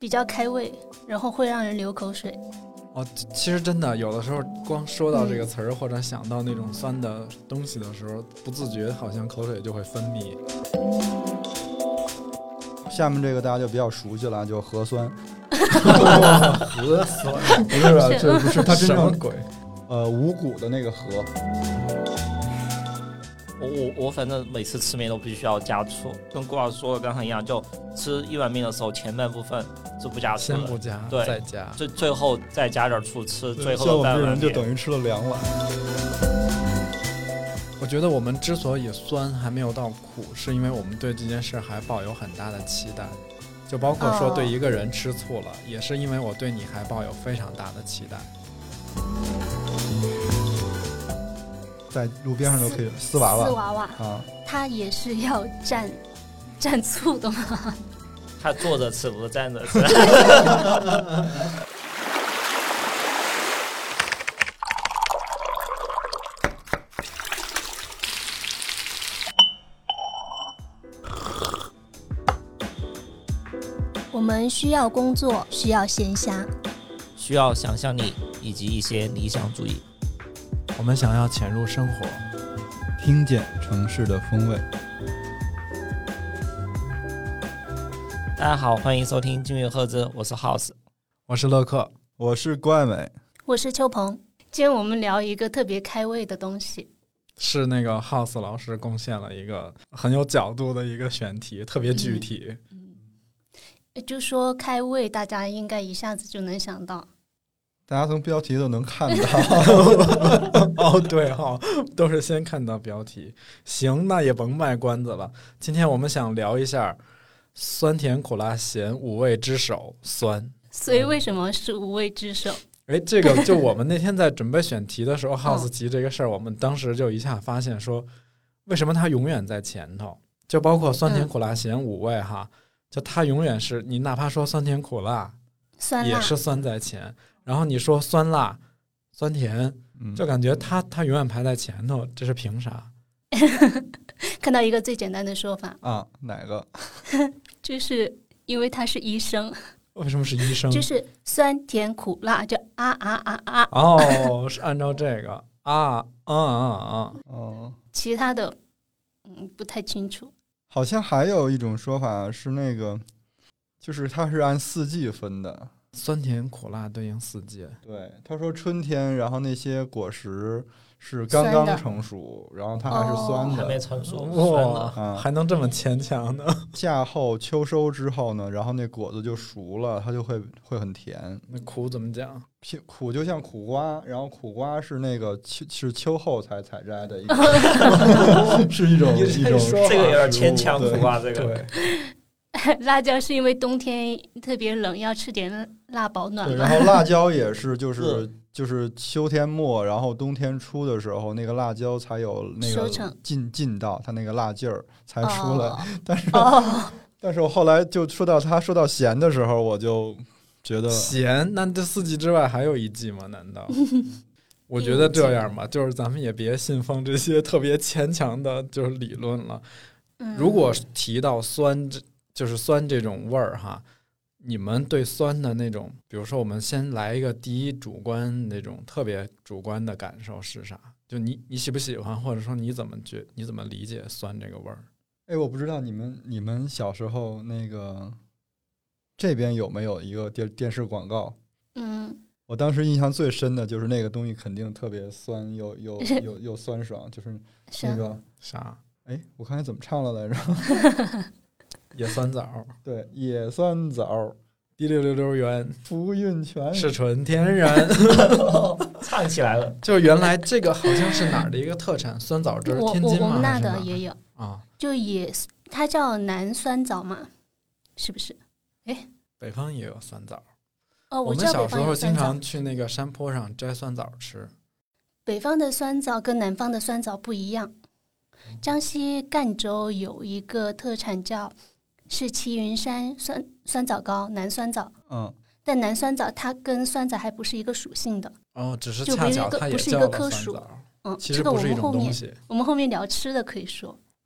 比较开胃，然后会让人流口水。 哦，其实真的有的时候光说到这个词儿，或者想到那种酸的东西的时候，不自觉好像口水就会分泌。 下面这个大家就比较熟悉了，就核酸。 核酸不是啊，这不是它真正鬼？ 五谷的那个核。 我反正每次吃面都必须要加醋，跟郭老师说的刚才一样，就吃一碗面的时候，前半部分是不加醋的， 先不加， 对， 再加， 最后再加点醋吃最后像我的半碗面， 们这人就等于吃了2碗。 我觉得我们之所以酸还没有到苦，是因为我们对这件事还抱有很大的期待，就包括说对一个人吃醋了，也是因为我对你还抱有非常大的期待。 在路边上都可以丝娃娃， 丝娃娃啊， 它也是要蘸醋的吗？ 他坐着吃不是站着吃。 我们需要工作，需要闲暇， 需要想象力以及一些理想主义。 我们想要潜入生活， 听见城市的风味。 大家好，欢迎收听金乐赫兹，我是 House， 我是乐克， 我是怪美， 我是秋鹏。今天我们聊一个特别开胃的东西， 是那个 House 老师贡献了一个很有角度的一个选题，特别具体。 就说开胃，大家应该一下子就能想到。 大家从标题都能看到。 哦，对哈，都是先看到标题。行，那也甭卖关子了。今天我们想聊一下酸甜苦辣咸五味之首酸。 所以为什么是五味之首？ 这个就我们那天在准备选题的时候，House 提这个事儿，我们当时就一下发现说，为什么它永远在前头？就包括酸甜苦辣咸五味哈，就它永远是你哪怕说酸甜苦辣， 酸辣也是酸在前。然后你说酸辣、酸甜，就感觉它永远排在前头，这是凭啥？ 看到一个最简单的说法啊，哪个？ 就是因为他是医生。 为什么是医生？ 就是酸甜苦辣，就啊啊啊啊。 哦，是按照这个啊。哦， 其他的不太清楚。 好像还有一种说法是那个，就是它是按4季分的。 酸甜苦辣对应4季。 对，他说春天，然后那些果实是刚刚成熟，然后它还是酸的， 还没成熟，酸的， 还能这么牵强呢？ 夏后秋收之后呢，然后那果子就熟了，它就会很甜。 那苦怎么讲？ 苦就像苦瓜，然后苦瓜是那个是秋后才采摘的一种，是一种这个有点牵强，苦瓜这个。 对。 辣椒是因为冬天特别冷，要吃点辣保暖嘛。 然后辣椒也是，就是秋天末，然后冬天初的时候，那个辣椒才有那个劲道，它那个辣劲儿才出来。但是我后来就说到咸的时候，我就觉得咸，那这4季之外还有1季吗？难道？我觉得这样吧，就是咱们也别信奉这些特别牵强的，就是理论了。如果提到酸，就是酸这种味儿哈，你们对酸的那种，比如说我们先来一个第一主观那种特别主观的感受是啥？就你喜不喜欢，或者说你怎么理解酸这个味儿？ 我不知道你们小时候那个这边有没有一个电视广告？我当时印象最深的就是那个东西肯定特别酸，又酸爽，就是那个啥？ 我看你怎么唱了来着？ 野酸枣， 对，野酸枣， 滴溜溜溜圆， 福运泉是纯天然。 唱起来了。 就原来这个好像是哪儿的一个特产，酸枣汁，天津吗？ 我们那的也有啊， 就它叫南酸枣嘛，是不是？ 北方也有酸枣。 我们小时候经常去那个山坡上摘酸枣吃。 北方的酸枣跟南方的酸枣不一样。江西赣州有一个特产是齐云山酸枣糕，南酸枣。但南酸枣它跟酸枣还不是一个属性的。 只是恰巧它也叫了酸枣。 这个我们后面聊吃的可以说。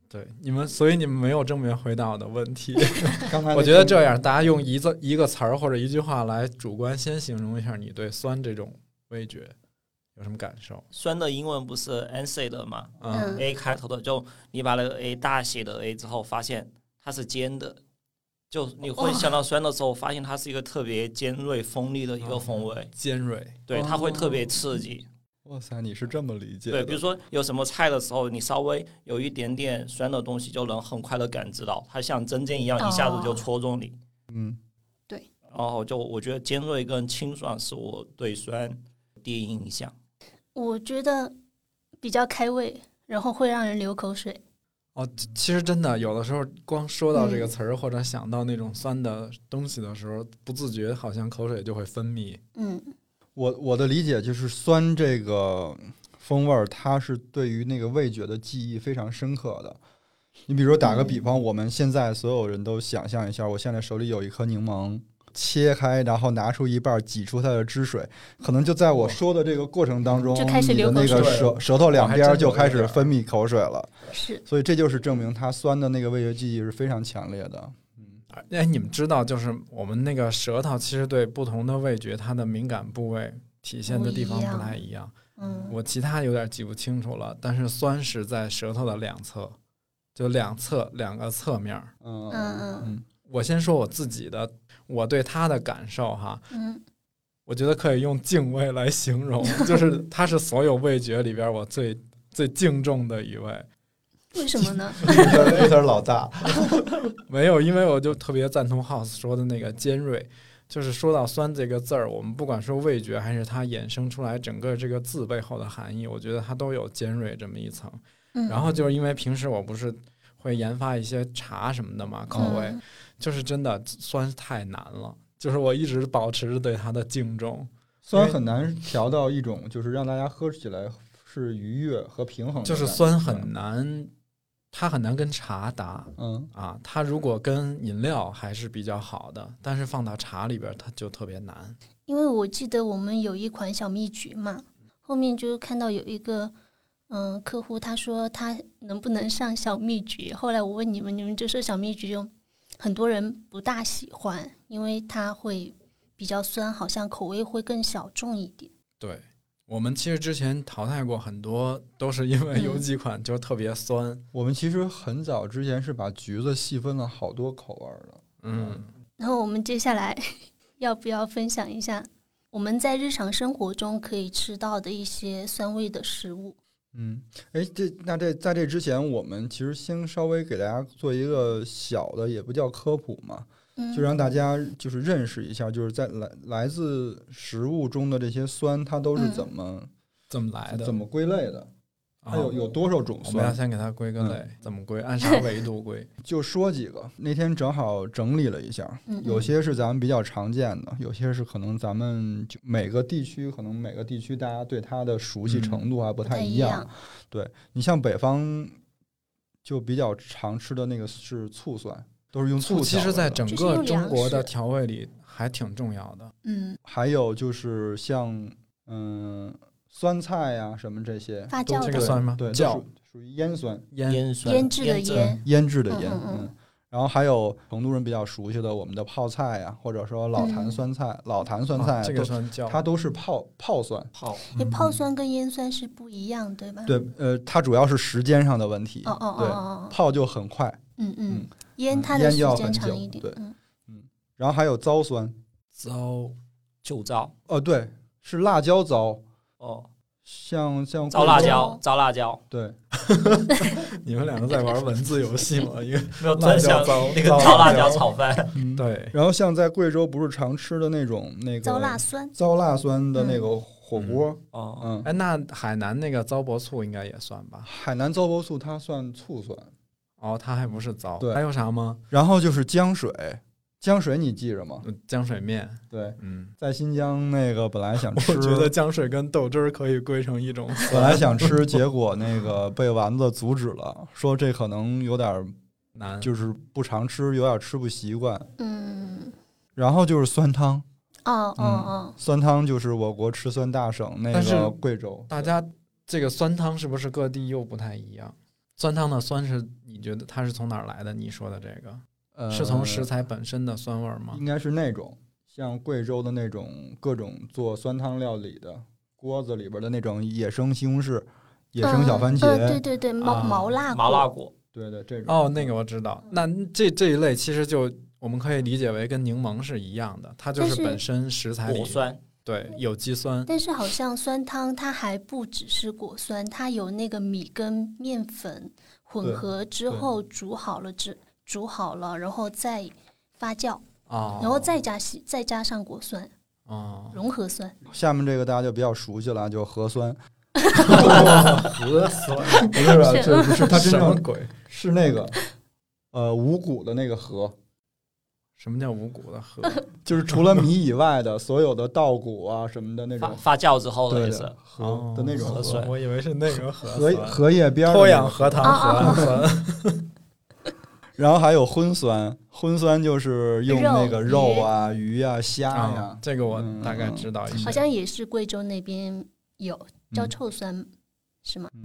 对，所以你们没有正面回答我的问题。 刚才我觉得这样，大家用一个词儿或者一句话来主观先形容一下你对酸这种味觉有什么感受？ 酸的英文不是 acid 吗？A 开头的，就你把那个 A 大写的 A 之后，发现它是尖的，就你会想到酸的时候，发现它是一个特别尖锐锋利的一个风味， 尖锐， 对，它会特别刺激。 哇塞，你是这么理解的？ 对，比如说有什么菜的时候，你稍微有一点点酸的东西，就能很快的感知到，它像针尖一样，一下子就戳中你。 对。 然后我觉得尖锐跟清爽是我对酸第一印象。 我觉得比较开胃，然后会让人流口水。 其实真的有的时候光说到这个词儿，或者想到那种酸的东西的时候，不自觉好像口水就会分泌。 我的理解就是酸这个风味儿，它是对于那个味觉的记忆非常深刻的。你比如说打个比方，我们现在所有人都想象一下，我现在手里有一颗柠檬，切开然后拿出一半，挤出它的汁水，可能就在我说的这个过程当中，你的那个舌头两边就开始分泌口水了。 是， 所以这就是证明它酸的那个味觉记忆是非常强烈的。 你们知道，就是我们那个舌头其实对不同的味觉，它的敏感部位体现的地方不太一样。我其他有点记不清楚了，但是酸是在舌头的两侧，就两个侧面。我先说我自己的，我对它的感受哈。我觉得可以用敬畏来形容，就是它是所有味觉里边我最敬重的一位。 为什么呢？ 有点老大。 没有，因为我就特别赞同 House 说的那个尖锐，就是说到酸这个字儿，我们不管说味觉还是它衍生出来整个这个字背后的含义，我觉得它都有尖锐这么一层。然后就是因为平时我不是会研发一些茶什么的嘛，口味就是真的酸太难了，就是我一直保持着对它的敬重。 酸很难调到一种就是让大家喝起来是愉悦和平衡的， 就是酸很难，它很难跟茶搭。它如果跟饮料还是比较好的，但是放到茶里边它就特别难。 因为我记得我们有一款小蜜橘嘛，后面就看到有一个客户他说他能不能上小蜜橘，后来我问你们就说小蜜橘就很多人不大喜欢，因为它会比较酸，好像口味会更小众一点。 对，我们其实之前淘汰过很多，都是因为有几款就特别酸。 我们其实很早之前是把橘子细分了好多口味的。 然后我们接下来要不要分享一下我们在日常生活中可以吃到的一些酸味的食物？ 在这之前，我们其实先稍微给大家做一个小的，也不叫科普嘛，就让大家就是认识一下，就是在来自食物中的这些酸，它都是怎么来的， 怎么归类的，它有多少种酸？ 我们要先给它归个类，怎么归？按啥维度归？ 就说几个，那天正好整理了一下，有些是咱们比较常见的，有些是可能咱们每个地区大家对它的熟悉程度还不太一样。对，你像北方就比较常吃的那个是醋酸，都是用醋。 其实在整个中国的调味里还挺重要的。 还有就是像酸菜呀什么这些， 发酵这个酸吗？ 对， 酵属于腌酸， 腌制的腌， 腌制的腌。然后还有成都人比较熟悉的我们的泡菜呀，或者说老坛酸菜， 这个酸叫它都是泡酸。 泡酸跟腌酸是不一样，对吧？ 对，它主要是时间上的问题。 对， 泡就很快。 腌它的时间长一点。 对，然后还有糟酸， 酒糟。 对，是辣椒糟。像糟辣椒。 对。 你们两个在玩文字游戏吗？因为没有真想那个糟辣椒炒饭。 对。 然后像在贵州不是常吃的那种那个糟辣酸的那个火锅。 那海南那个糟粕醋应该也算吧？ 海南糟粕醋它算醋酸。 它还不是糟。 对。 还有啥吗？ 然后就是浆水。浆水你记着吗？ 浆水面。 对，在新疆那个本来想吃， 我觉得浆水跟豆汁儿可以归成一种。 本来想吃，结果那个被丸子阻止了，说这可能有点难， 就是不常吃，有点吃不习惯。然后就是酸汤。酸汤就是我国吃酸大省那个贵州。 大家这个酸汤是不是各地又不太一样？ 酸汤的酸是你觉得它是从哪儿来的？你说的这个，是从食材本身的酸味吗？ 应该是那种像贵州的那种各种做酸汤料理的锅子里边的那种野生西红柿、野生小番茄， 对，毛辣果， 对这种。 那个我知道。那这一类其实就我们可以理解为跟柠檬是一样的，它就是本身食材里果酸。 对，有机酸。 但是好像酸汤它还不只是果酸，它有那个米跟面粉混合之后煮好了，然后再发酵，然后再加上果酸，融合酸。 下面这个大家就比较熟悉了，就核酸。 核酸不是，这不是它真正鬼是那个五谷的那个核。 什么叫五谷的核？ 就是除了米以外的所有的稻谷啊什么的那种发酵之后的意思， 核的那种核酸。 我以为是那个荷叶边脱氧核糖核酸。 然后还有荤酸，荤酸就是用那个肉啊、鱼啊、虾呀。 这个我大概知道一下。 好像也是贵州那边有叫臭酸，是吗？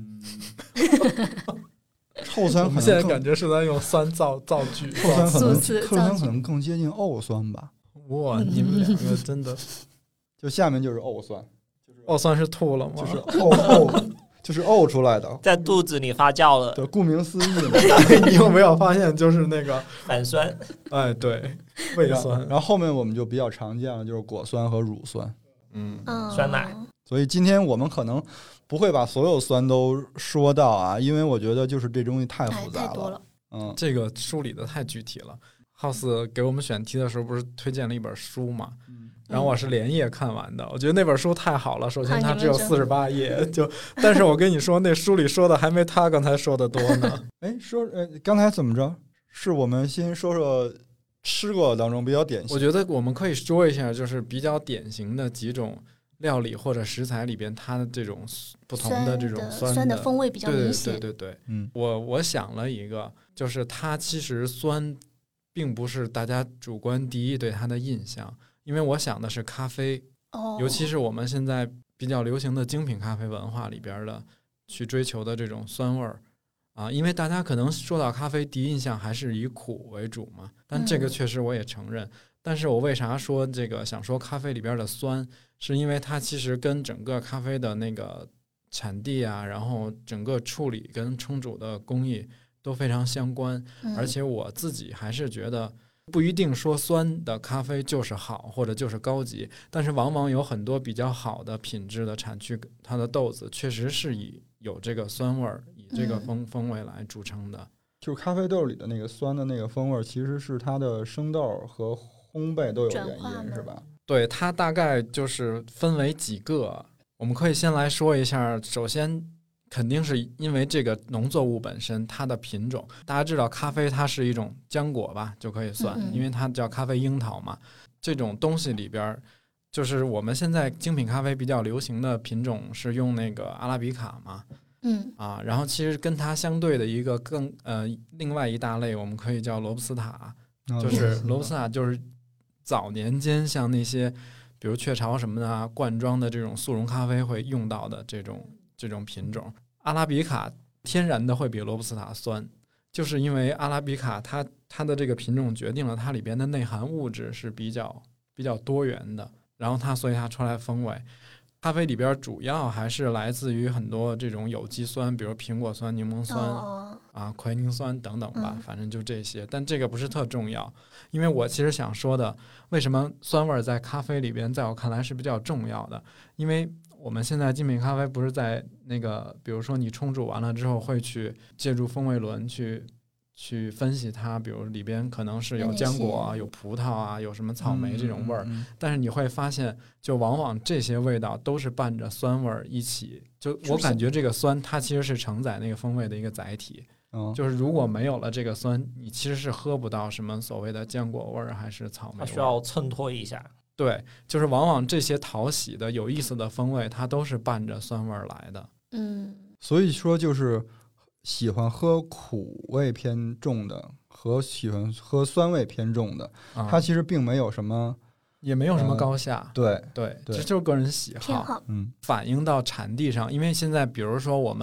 臭酸可能现在感觉是在用酸造句， 臭酸可能更接近沤酸吧。 哇，你们两个真的， 就下面就是沤酸， 沤酸是吐了吗？ 就是沤，就是沤出来的， 在肚子里发酵了。 对，顾名思义嘛。 你有没有发现，就是那个反酸？ 哎，对，胃酸。 然后后面我们就比较常见了，就是果酸和乳酸， 酸奶。 所以今天我们可能不会把所有酸都说到啊，因为我觉得就是这东西太复杂了， 太多了。 这个梳理的太具体了。House 给我们选题的时候不是推荐了一本书嘛？然后我是连夜看完的，我觉得那本书太好了。首先它只有48页，但是我跟你说，那书里说的还没他刚才说的多呢。 刚才怎么着？是我们先说说吃过当中比较典型。 我觉得我们可以说一下，就是比较典型的几种料理或者食材里边，它的这种不同的这种酸的风味比较明显。 对，我想了一个，就是它其实酸并不是大家主观第一对它的印象，因为我想的是咖啡，尤其是我们现在比较流行的精品咖啡文化里边的去追求的这种酸味儿啊，因为大家可能说到咖啡第一印象还是以苦为主嘛，但这个确实我也承认。但是我为啥说这个想说咖啡里边的酸，是因为它其实跟整个咖啡的那个产地啊，然后整个处理跟冲煮的工艺都非常相关，而且我自己还是觉得不一定说酸的咖啡就是好或者就是高级，但是往往有很多比较好的品质的产区，它的豆子确实是有这个酸味儿，以这个风味来著称的。 就是咖啡豆里的那个酸的那个风味，其实是它的生豆和烘焙都有原因，是吧？ 对，它大概就是分为几个，我们可以先来说一下。首先肯定是因为这个农作物本身它的品种，大家知道咖啡它是一种浆果吧，就可以算，因为它叫咖啡樱桃嘛。这种东西里边，就是我们现在精品咖啡比较流行的品种是用那个阿拉比卡嘛，然后其实跟它相对的一个另外一大类，我们可以叫罗布斯塔，就是罗布斯塔就是早年间像那些比如雀巢什么的罐装的这种速溶咖啡会用到的这种品种。阿拉比卡天然的会比罗布斯塔酸，就是因为阿拉比卡它的这个品种决定了它里边的内含物质是比较多元的，然后所以它出来风味。咖啡里边主要还是来自于很多这种有机酸，比如苹果酸、柠檬酸奎宁酸等等吧，反正就这些。但这个不是特重要，因为我其实想说的，为什么酸味在咖啡里边在我看来是比较重要的，因为我们现在精品咖啡不是在那个比如说你冲煮完了之后会去借助风味轮去分析它，比如里边可能是有浆果有葡萄啊，有什么草莓这种味儿，但是你会发现就往往这些味道都是伴着酸味儿一起，就我感觉这个酸它其实是承载那个风味的一个载体，就是如果没有了这个酸，你其实是喝不到什么所谓的浆果味儿还是草莓味， 它需要衬托一下。 对，就是往往这些讨喜的有意思的风味它都是伴着酸味儿来的。 所以说就是喜欢喝苦味偏重的和喜欢喝酸味偏重的，它其实并没有什么， 也没有什么高下。 对， 这就是个人喜好。反映到产地上，因为现在比如说我们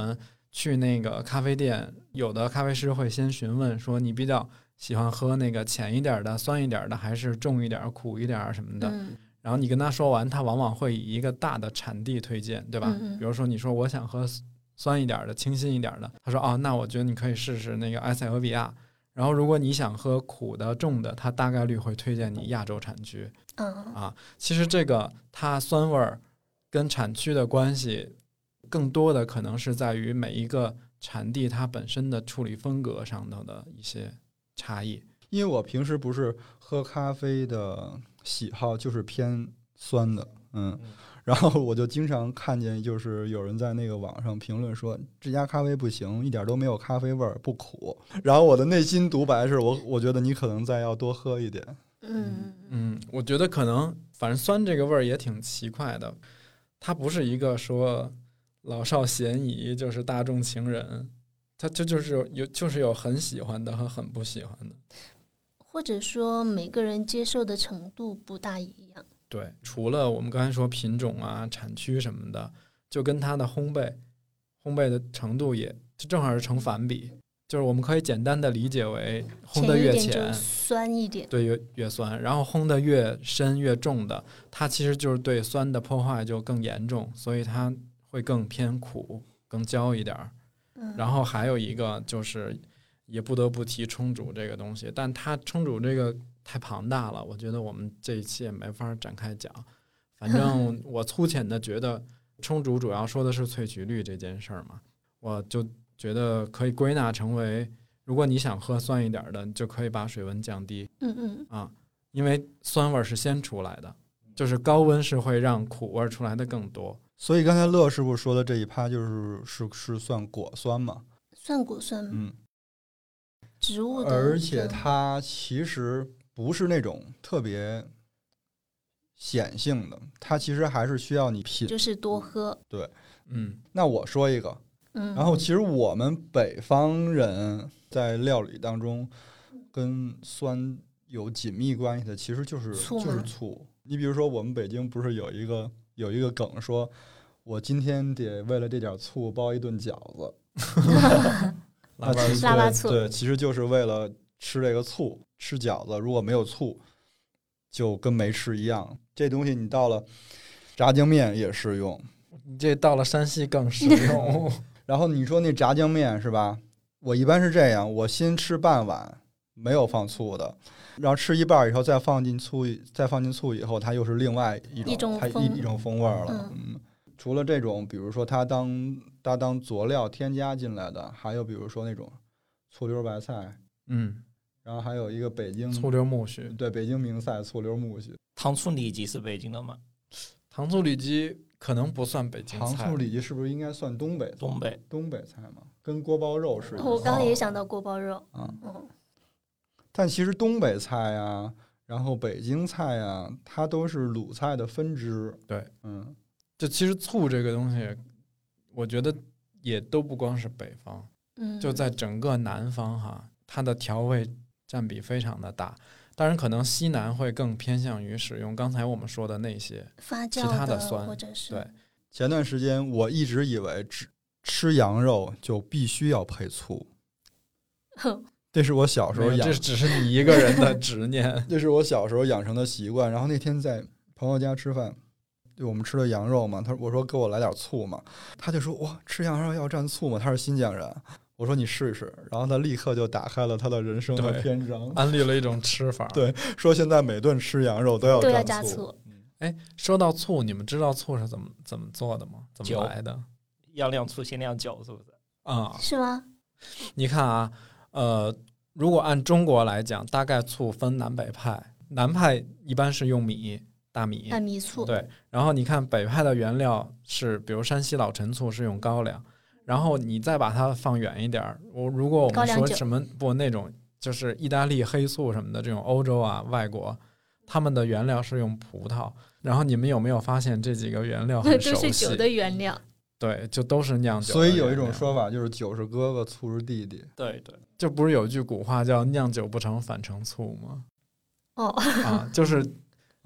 去那个咖啡店，有的咖啡师会先询问说你比较喜欢喝那个浅一点的、酸一点的，还是重一点、苦一点什么的。然后你跟他说完，他往往会以一个大的产地推荐，对吧？比如说你说我想喝酸一点的、清新一点的，他说哦，那我觉得你可以试试那个埃塞俄比亚。然后如果你想喝苦的、重的，他大概率会推荐你亚洲产区。其实这个它酸味儿跟产区的关系，更多的可能是在于每一个产地它本身的处理风格上头的一些差异。 因为我平时不是喝咖啡的喜好就是偏酸的，然后我就经常看见就是有人在那个网上评论说这家咖啡不行，一点都没有咖啡味儿，不苦。然后我的内心独白是我觉得你可能再要多喝一点。 我觉得可能反正酸这个味儿也挺奇怪的，它不是一个说老少咸宜就是大众情人，它就是有很喜欢的和很不喜欢的， 或者说每个人接受的程度不大一样。 对，除了我们刚才说品种啊、产区什么的，就跟它的烘焙的程度也就正好是成反比。就是我们可以简单的理解为烘得越浅酸一点， 对，越酸，然后烘得越深越重的，它其实就是对酸的破坏就更严重，所以它会更偏苦、更焦一点。然后还有一个就是也不得不提冲煮这个东西，但它冲煮这个太庞大了，我觉得我们这一期也没法展开讲。反正我粗浅的觉得冲煮主要说的是萃取率这件事儿嘛，我就觉得可以归纳成为，如果你想喝酸一点的，就可以把水温降低。因为酸味是先出来的，就是高温是会让苦味出来的更多。 所以刚才乐师傅说的这一趴是算果酸嘛？ 算果酸，植物的， 而且它其实不是那种特别显性的，它其实还是需要你品， 就是多喝。 对，那我说一个。然后其实我们北方人在料理当中跟酸有紧密关系的其实就是醋。你比如说我们北京不是有一个梗说我今天得为了这点醋包一顿饺子腊八醋， 对，其实就是为了吃这个醋，吃饺子如果没有醋就跟没吃一样。这东西你到了炸酱面也适用， 你这到了山西更适用然后你说那炸酱面是吧，我一般是这样，我先吃半碗没有放醋的，然后吃一半以后再放进醋以后，它又是另外一种风味了。除了这种比如说它当佐料添加进来的，还有比如说那种醋溜白菜，然后还有一个北京醋溜木须， 对，北京名菜醋溜木须。 糖醋里脊是北京的吗？ 糖醋里脊可能不算北京菜， 糖醋里脊是不是应该算东北菜嘛？跟锅包肉是一样的。 我刚刚也想到锅包肉。 但其实东北菜啊，然后北京菜啊，它都是鲁菜的分支。 对，就其实醋这个东西，我觉得也都不光是北方，就在整个南方哈，它的调味占比非常的大。当然可能西南会更偏向于使用刚才我们说的那些发酵其他的酸， 或者是对。 前段时间我一直以为吃羊肉就必须要配醋，这是我小时候这只是你一个人的执念这是我小时候养成的习惯。然后那天在朋友家吃饭，对，我们吃的羊肉嘛，我说给我来点醋嘛，他就说哇，吃羊肉要蘸醋吗？他是新疆人。我说你试试，然后他立刻就打开了他的人生的篇章， 安利了一种吃法。 对，说现在每顿吃羊肉都要加醋。 说到醋，你们知道醋是怎么做的吗？怎么来的？ 要酿醋先酿酒，是不是？ 是吗？ 你看啊，如果按中国来讲，大概醋分南北派，南派一般是用大米醋， 对。然后你看北派的原料是，比如山西老陈醋是用高粱。然后你再把它放远一点，如果我们说什么那种就是意大利黑醋什么的，这种欧洲啊外国，他们的原料是用葡萄。然后你们有没有发现这几个原料很熟悉？ 都是酒的原料。 对，就都是酿酒的原料。 所以有一种说法就是酒是哥哥，醋是弟弟。 对对， 就不是有句古话叫酿酒不成反成醋吗？就是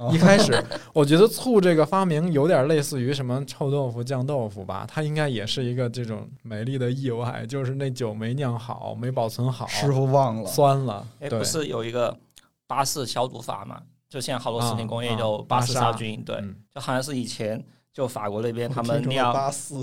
一开始我觉得醋这个发明有点类似于什么臭豆腐酱豆腐吧，它应该也是一个这种美丽的意外，就是那酒没酿好没保存好， 师傅忘了酸了。 不是有一个巴氏消毒法嘛，就现在好多食品工业就巴氏杀菌，对，就好像是以前就法国那边他们酿巴氏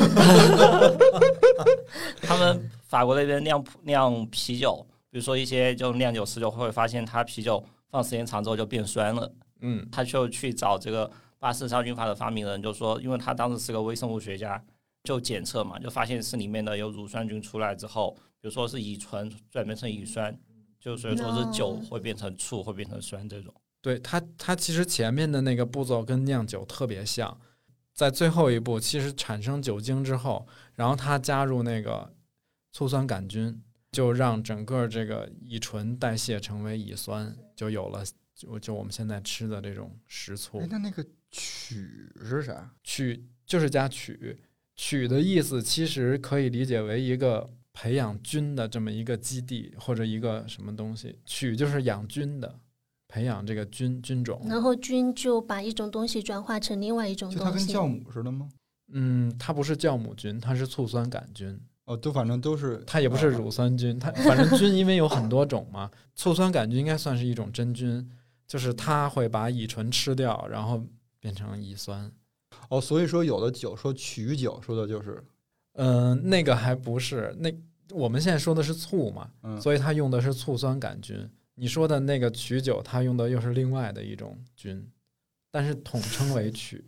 他们法国那边酿啤酒，比如说一些就酿酒师就会发现他啤酒放时间长之后就变酸了，他就去找这个巴氏杀菌法的发明人，就说因为他当时是个微生物学家，就检测嘛，就发现是里面的有乳酸菌出来之后，比如说是乙醇转变成乙酸，就所以说是酒会变成醋会变成酸这种。 对，它其实前面的那个步骤跟酿酒特别像，在最后一步其实产生酒精之后，然后它加入那个醋酸杆菌，就让整个这个乙醇代谢成为乙酸，就有了就我们现在吃的这种食醋。 那个曲是啥？ 曲就是加曲，曲的意思其实可以理解为一个培养菌的这么一个基地或者一个什么东西，曲就是养菌的，培养这个菌种， 然后菌就把一种东西转化成另外一种东西。 就它跟酵母似的吗？ 它不是酵母菌，它是醋酸杆菌。 都反正都是， 它也不是乳酸菌，它反正菌因为有很多种嘛，醋酸杆菌应该算是一种真菌，就是它会把乙醇吃掉，然后变成乙酸。 所以说有的酒说曲酒，说的就是， 那个还不是，那我们现在说的是醋嘛，所以它用的是醋酸杆菌。你说的那个曲酒，它用的又是另外的一种菌，但是统称为曲。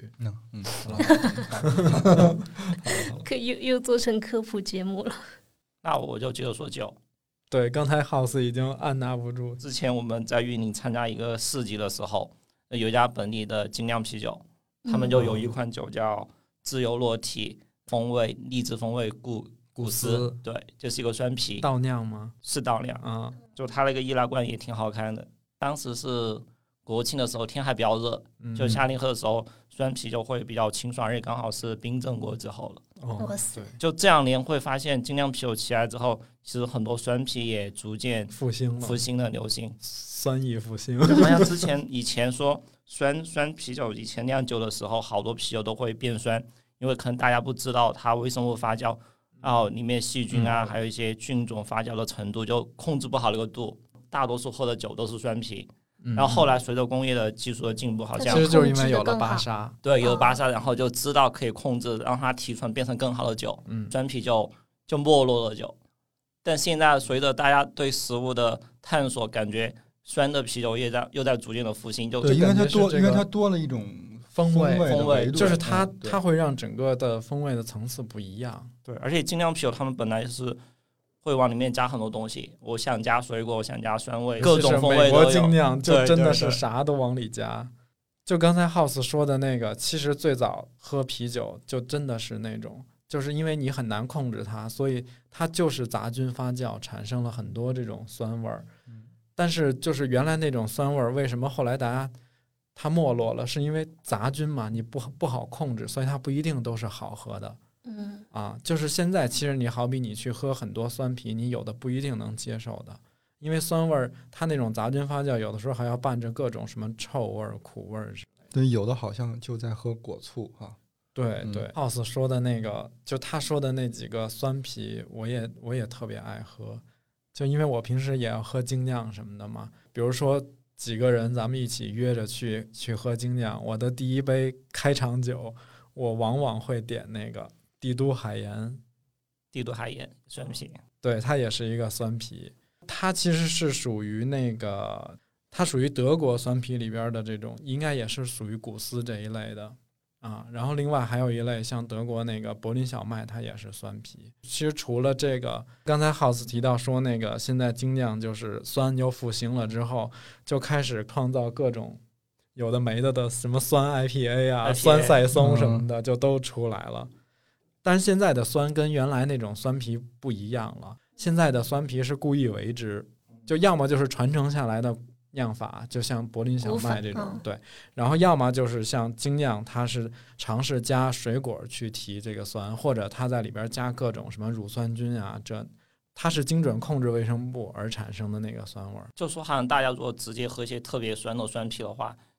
可以又做成科普节目了。 那我就接着说酒。 对，刚才 House 已经按捺不住。 之前我们在玉林参加一个市集的时候，有一家本地的精酿啤酒，他们就有一款酒叫自由落体风味荔枝风味古斯，对，就是一个酸啤。 倒酿吗？ 是倒酿就它那个易拉罐也挺好看的。当时是国庆的时候，天还比较热，就夏天喝的时候，酸啤就会比较清爽，而且刚好是冰镇过之后了。 对， 就这2年会发现精酿啤酒起来之后，其实很多酸啤也逐渐复兴的流行， 酸意复兴。 就好像以前说酸啤酒，以前酿酒的时候，好多啤酒都会变酸，因为可能大家不知道它微生物发酵，然后里面细菌啊，还有一些菌种发酵的程度就控制不好那个度，大多数喝的酒都是酸啤。然后后来随着工业的技术的进步，好像其实就是因为有了巴沙， 对，有了巴沙，然后就知道可以控制，让它提纯变成更好的酒，酸啤就没落了酒。但现在随着大家对食物的探索，感觉酸的啤酒又在逐渐的复兴， 对，因为它多了一种风味， 就是它会让整个的风味的层次不一样。 对，而且精酿啤酒他们本来是会往里面加很多东西，我想加水果，我想加酸味，各种风味都有。 美国精酿就真的是啥都往里加。就刚才 House 说的那个，其实最早喝啤酒就真的是那种，就是因为你很难控制它，所以它就是杂菌发酵产生了很多这种酸味儿。但是就是原来那种酸味儿，为什么后来它没落了？是因为杂菌嘛，你不好控制，所以它不一定都是好喝的。就是现在其实你好比你去喝很多酸啤，你有的不一定能接受的，因为酸味儿它那种杂菌发酵有的时候还要伴着各种什么臭味儿苦味儿之类的。 对，有的好像就在喝果醋对对，House 说的那个，就他说的那几个酸啤我也特别爱喝，就因为我平时也要喝精酿什么的嘛，比如说几个人咱们一起约着去喝精酿，我的第一杯开场酒我往往会点那个帝都海盐酸啤， 对，它也是一个酸啤，它其实是属于它属于德国酸啤里边的这种，应该也是属于古斯这一类的然后另外还有一类像德国那个柏林小麦，它也是酸啤。其实除了这个，刚才 House 提到说那个现在精酿就是酸又复兴了之后，就开始创造各种有的没的什么酸 IPA 酸赛松什么的就都出来了。但是现在的酸跟原来那种酸啤不一样了，现在的酸啤是故意为之，就要么就是传承下来的酿法，就像柏林小麦这种，对，然后要么就是像精酿，它是尝试加水果去提这个酸，或者它在里边加各种什么乳酸菌它是精准控制微生物而产生的那个酸味。 就说好像大家如果直接喝一些特别酸的酸啤的话，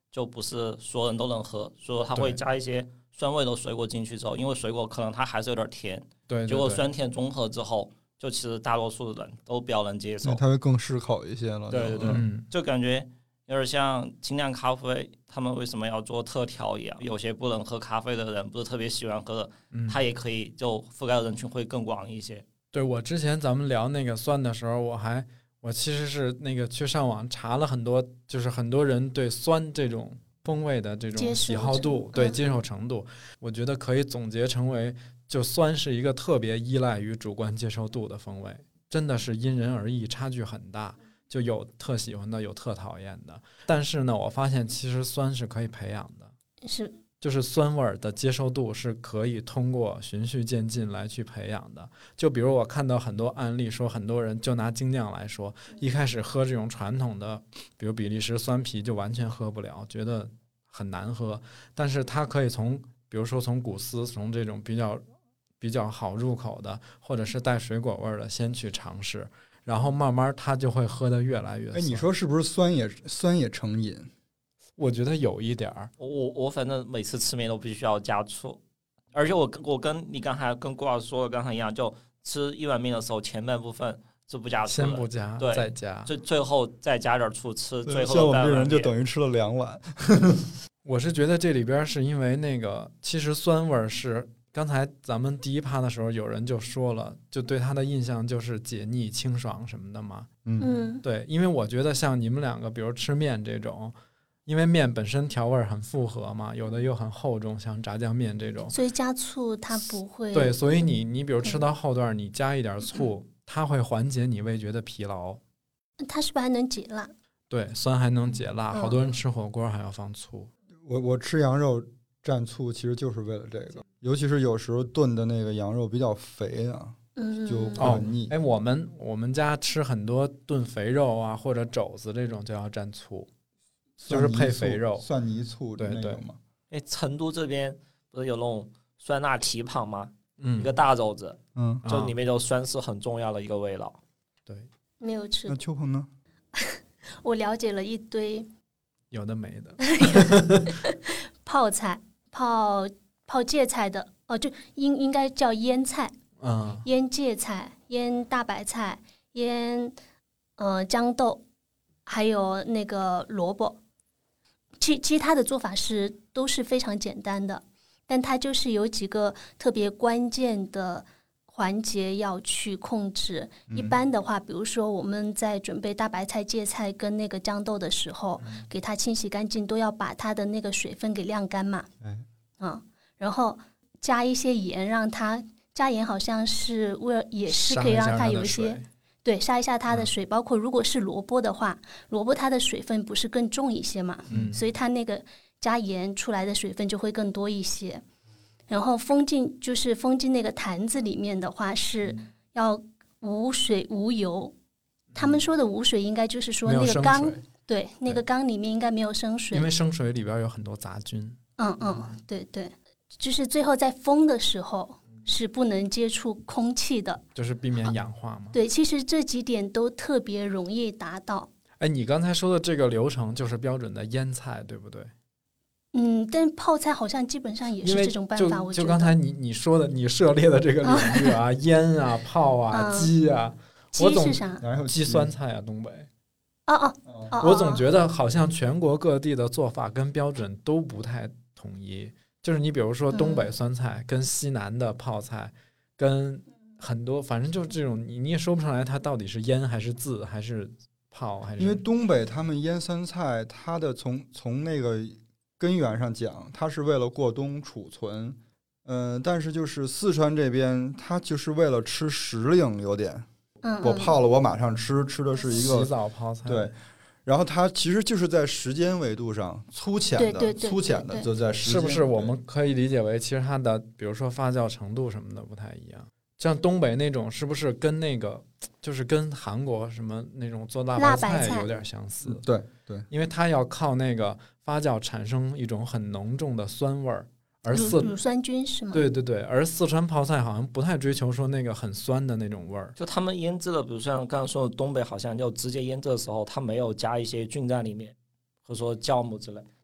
就不是所有人都能喝，所以它会加一些酸味的水果进去之后，因为水果可能它还是有点甜， 对， 结果酸甜中和之后，就其实大多数的人都比较能接受， 它会更适口一些了。 对，就感觉有点像精酿咖啡，他们为什么要做特调一样，有些不能喝咖啡的人，不是特别喜欢喝的，它也可以就覆盖的人群会更广一些。 对，我之前咱们聊那个酸的时候，我其实是那个去上网查了很多，就是很多人对酸这种风味的这种喜好度，对接受程度，我觉得可以总结成为，就酸是一个特别依赖于主观接受度的风味，真的是因人而异，差距很大，就有特喜欢的，有特讨厌的。但是呢，我发现其实酸是可以培养的，就是酸味的接受度是可以通过循序渐进来去培养的。就比如我看到很多案例说，很多人就拿精酿来说，一开始喝这种传统的比如比利时酸啤就完全喝不了，觉得很难喝，但是他可以比如说从古斯，从这种比较好入口的或者是带水果味的先去尝试，然后慢慢他就会喝得越来越酸。 你说是不是酸也成瘾？ 我觉得有一点儿， 我反正每次吃面都必须要加醋，而且我跟你刚才跟郭老师说的刚才一样，就吃一碗面的时候前半部分是不加醋的， 先不加， 对， 再加， 最后再加点醋吃最后的半碗面。 像我们这人就等于吃了2碗。 我是觉得这里边是因为那个，其实酸味是刚才咱们第一趴的时候有人就说了，就对它的印象就是解腻清爽什么的嘛。对，因为我觉得像你们两个比如吃面这种，因为面本身调味很复合嘛，有的又很厚重，像炸酱面这种， 所以加醋它不会。 对，所以你比如吃到后段，你加一点醋，它会缓解你味觉的疲劳。 它是不是还能解辣？ 对，酸还能解辣，好多人吃火锅还要放醋。 我吃羊肉蘸醋其实就是为了这个，尤其是有时候炖的那个羊肉比较肥啊，就很腻。 我们家吃很多炖肥肉啊或者肘子这种就要蘸醋。就是配肥肉， 蒜泥醋对对嘛。 成都这边不是有那种酸辣蹄膀吗？一个大肘子，就里面就酸是很重要的一个味道。 对， 没有吃过。 那秋鹏呢？ 我了解了一堆有的没的泡菜、泡芥菜的就应该叫腌菜，腌芥菜、腌大白菜、腌豇豆，还有那个萝卜。其他的做法都是非常简单的，但它就是有几个特别关键的环节要去控制。一般的话，比如说我们在准备大白菜、芥菜跟那个豇豆的时候，给它清洗干净，都要把它的那个水分给晾干嘛。然后加一些盐，让它加盐好像是也是可以让它有一些。对，杀一下它的水，包括如果是萝卜的话，萝卜它的水分不是更重一些嘛，所以它那个加盐出来的水分就会更多一些。然后封进那个坛子里面的话是要无水无油，他们说的无水应该就是说那个缸，对，那个缸里面应该没有生水， 因为生水里边有很多杂菌。 对对，就是最后在封的时候是不能接触空气的， 就是避免氧化嘛。 对，其实这几点都特别容易达到。 你刚才说的这个流程就是标准的腌菜，对不对？ 但泡菜好像基本上也是这种办法。我觉得就刚才你说的，你涉猎的这个领域啊，腌啊、泡啊、鸡啊， 鸡是啥？ 鸡酸菜啊，东北。 我总觉得好像全国各地的做法跟标准都不太统一。就是你比如说东北酸菜跟西南的泡菜，跟很多反正就这种你也说不上来它到底是腌还是渍还是泡还是。 因为东北他们腌酸菜，它的从那个根源上讲，它是为了过冬储存。但是就是四川这边，它就是为了吃时令，有点。我泡了我马上吃的是一个洗澡泡菜。 对。然后它其实就是在时间维度上粗浅的就在时间。 是不是我们可以理解为其实它的比如说发酵程度什么的不太一样？像东北那种是不是跟那个就是跟韩国什么那种做辣白菜有点相似？ 对， 因为它要靠那个发酵产生一种很浓重的酸味儿，而乳酸菌是吗？ 对，而四川泡菜好像不太追求说那个很酸的那种味儿。 就他们腌制的，比如像刚刚说的东北，好像就直接腌制的时候，它没有加一些菌在里面，或者说酵母之类，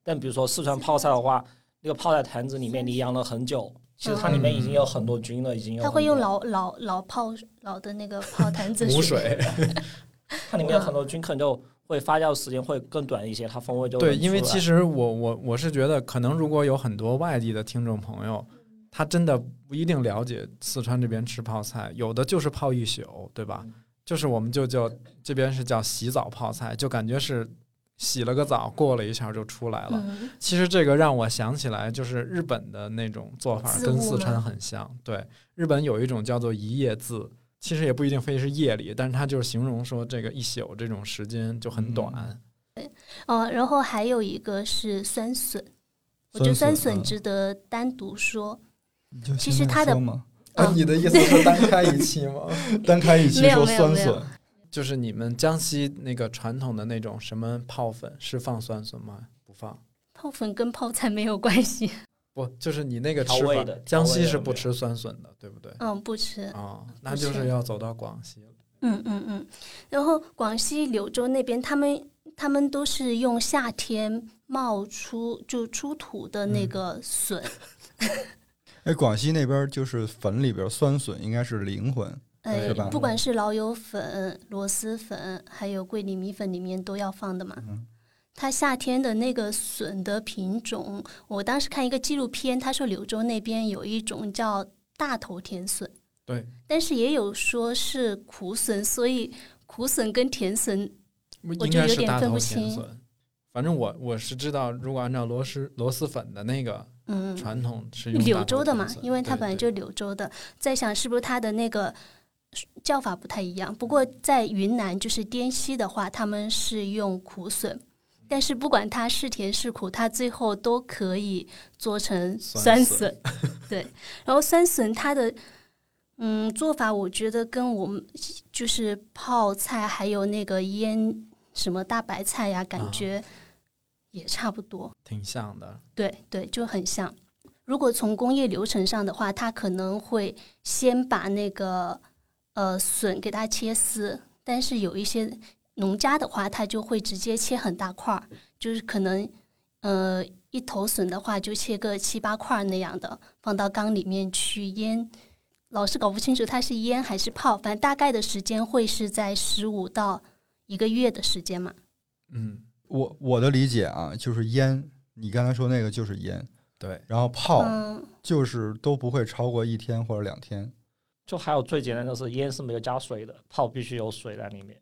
但比如说四川泡菜的话，那个泡菜坛子里面你养了很久，其实它里面已经有很多菌了，已经有。 它会用老的那个泡坛子母水， 它里面有很多菌，可能就会发酵时间会更短一些，它风味就对。因为其实我是觉得，可能如果有很多外地的听众朋友，他真的不一定了解四川这边吃泡菜，有的就是泡一宿，对吧？就是我们就叫这边是叫洗澡泡菜，就感觉是洗了个澡，过了一下就出来了。其实这个让我想起来，就是日本的那种做法跟四川很像。对，日本有一种叫做一夜漬，其实也不一定非是夜里，但是它就是形容说这个一宿这种时间就很短。 对，然后还有一个是酸笋，我觉得酸笋值得单独说。其实它的你的意思是单开一期吗？ 单开一期说酸笋。 就是你们江西那个传统的那种什么泡粉是放酸笋吗？不放。 泡粉跟泡菜没有关系。 不，就是你那个吃法，江西是不吃酸笋的，对不对？ 不吃。 那就是要走到广西了。 然后广西柳州那边，他们都是用夏天冒出就出土的那个笋。 广西那边就是粉里边酸笋应该是灵魂。 不管是老友粉、螺蛳粉，还有桂林米粉里面都要放的嘛。它夏天的那个笋的品种，我当时看一个纪录片，他说柳州那边有一种叫大头甜笋， 对， 但是也有说是苦笋，所以苦笋跟甜笋，我就有点分不清。 反正我是知道，如果按照螺蛳粉的那个传统是用柳州的嘛，因为它本来就柳州的，在想是不是它的那个叫法不太一样。不过在云南就是滇西的话，他们是用苦笋，但是不管它是甜是苦，它最后都可以做成酸笋。对，然后酸笋它的做法，我觉得跟我们就是泡菜还有那个腌什么大白菜呀，感觉也差不多， 挺像的。 对对，就很像。如果从工业流程上的话，它可能会先把那个笋给它切丝，但是有一些农家的话，它就会直接切很大块，就是可能一头笋的话就切个7、8块那样的，放到缸里面去腌。老是搞不清楚它是腌还是泡，反正大概的时间会是在15到1个月的时间嘛。 我的理解啊，就是腌，你刚才说那个就是腌， 对， 然后泡就是都不会超过1天或者2天。 就还有最简单的是腌是没有加水的，泡必须有水在里面。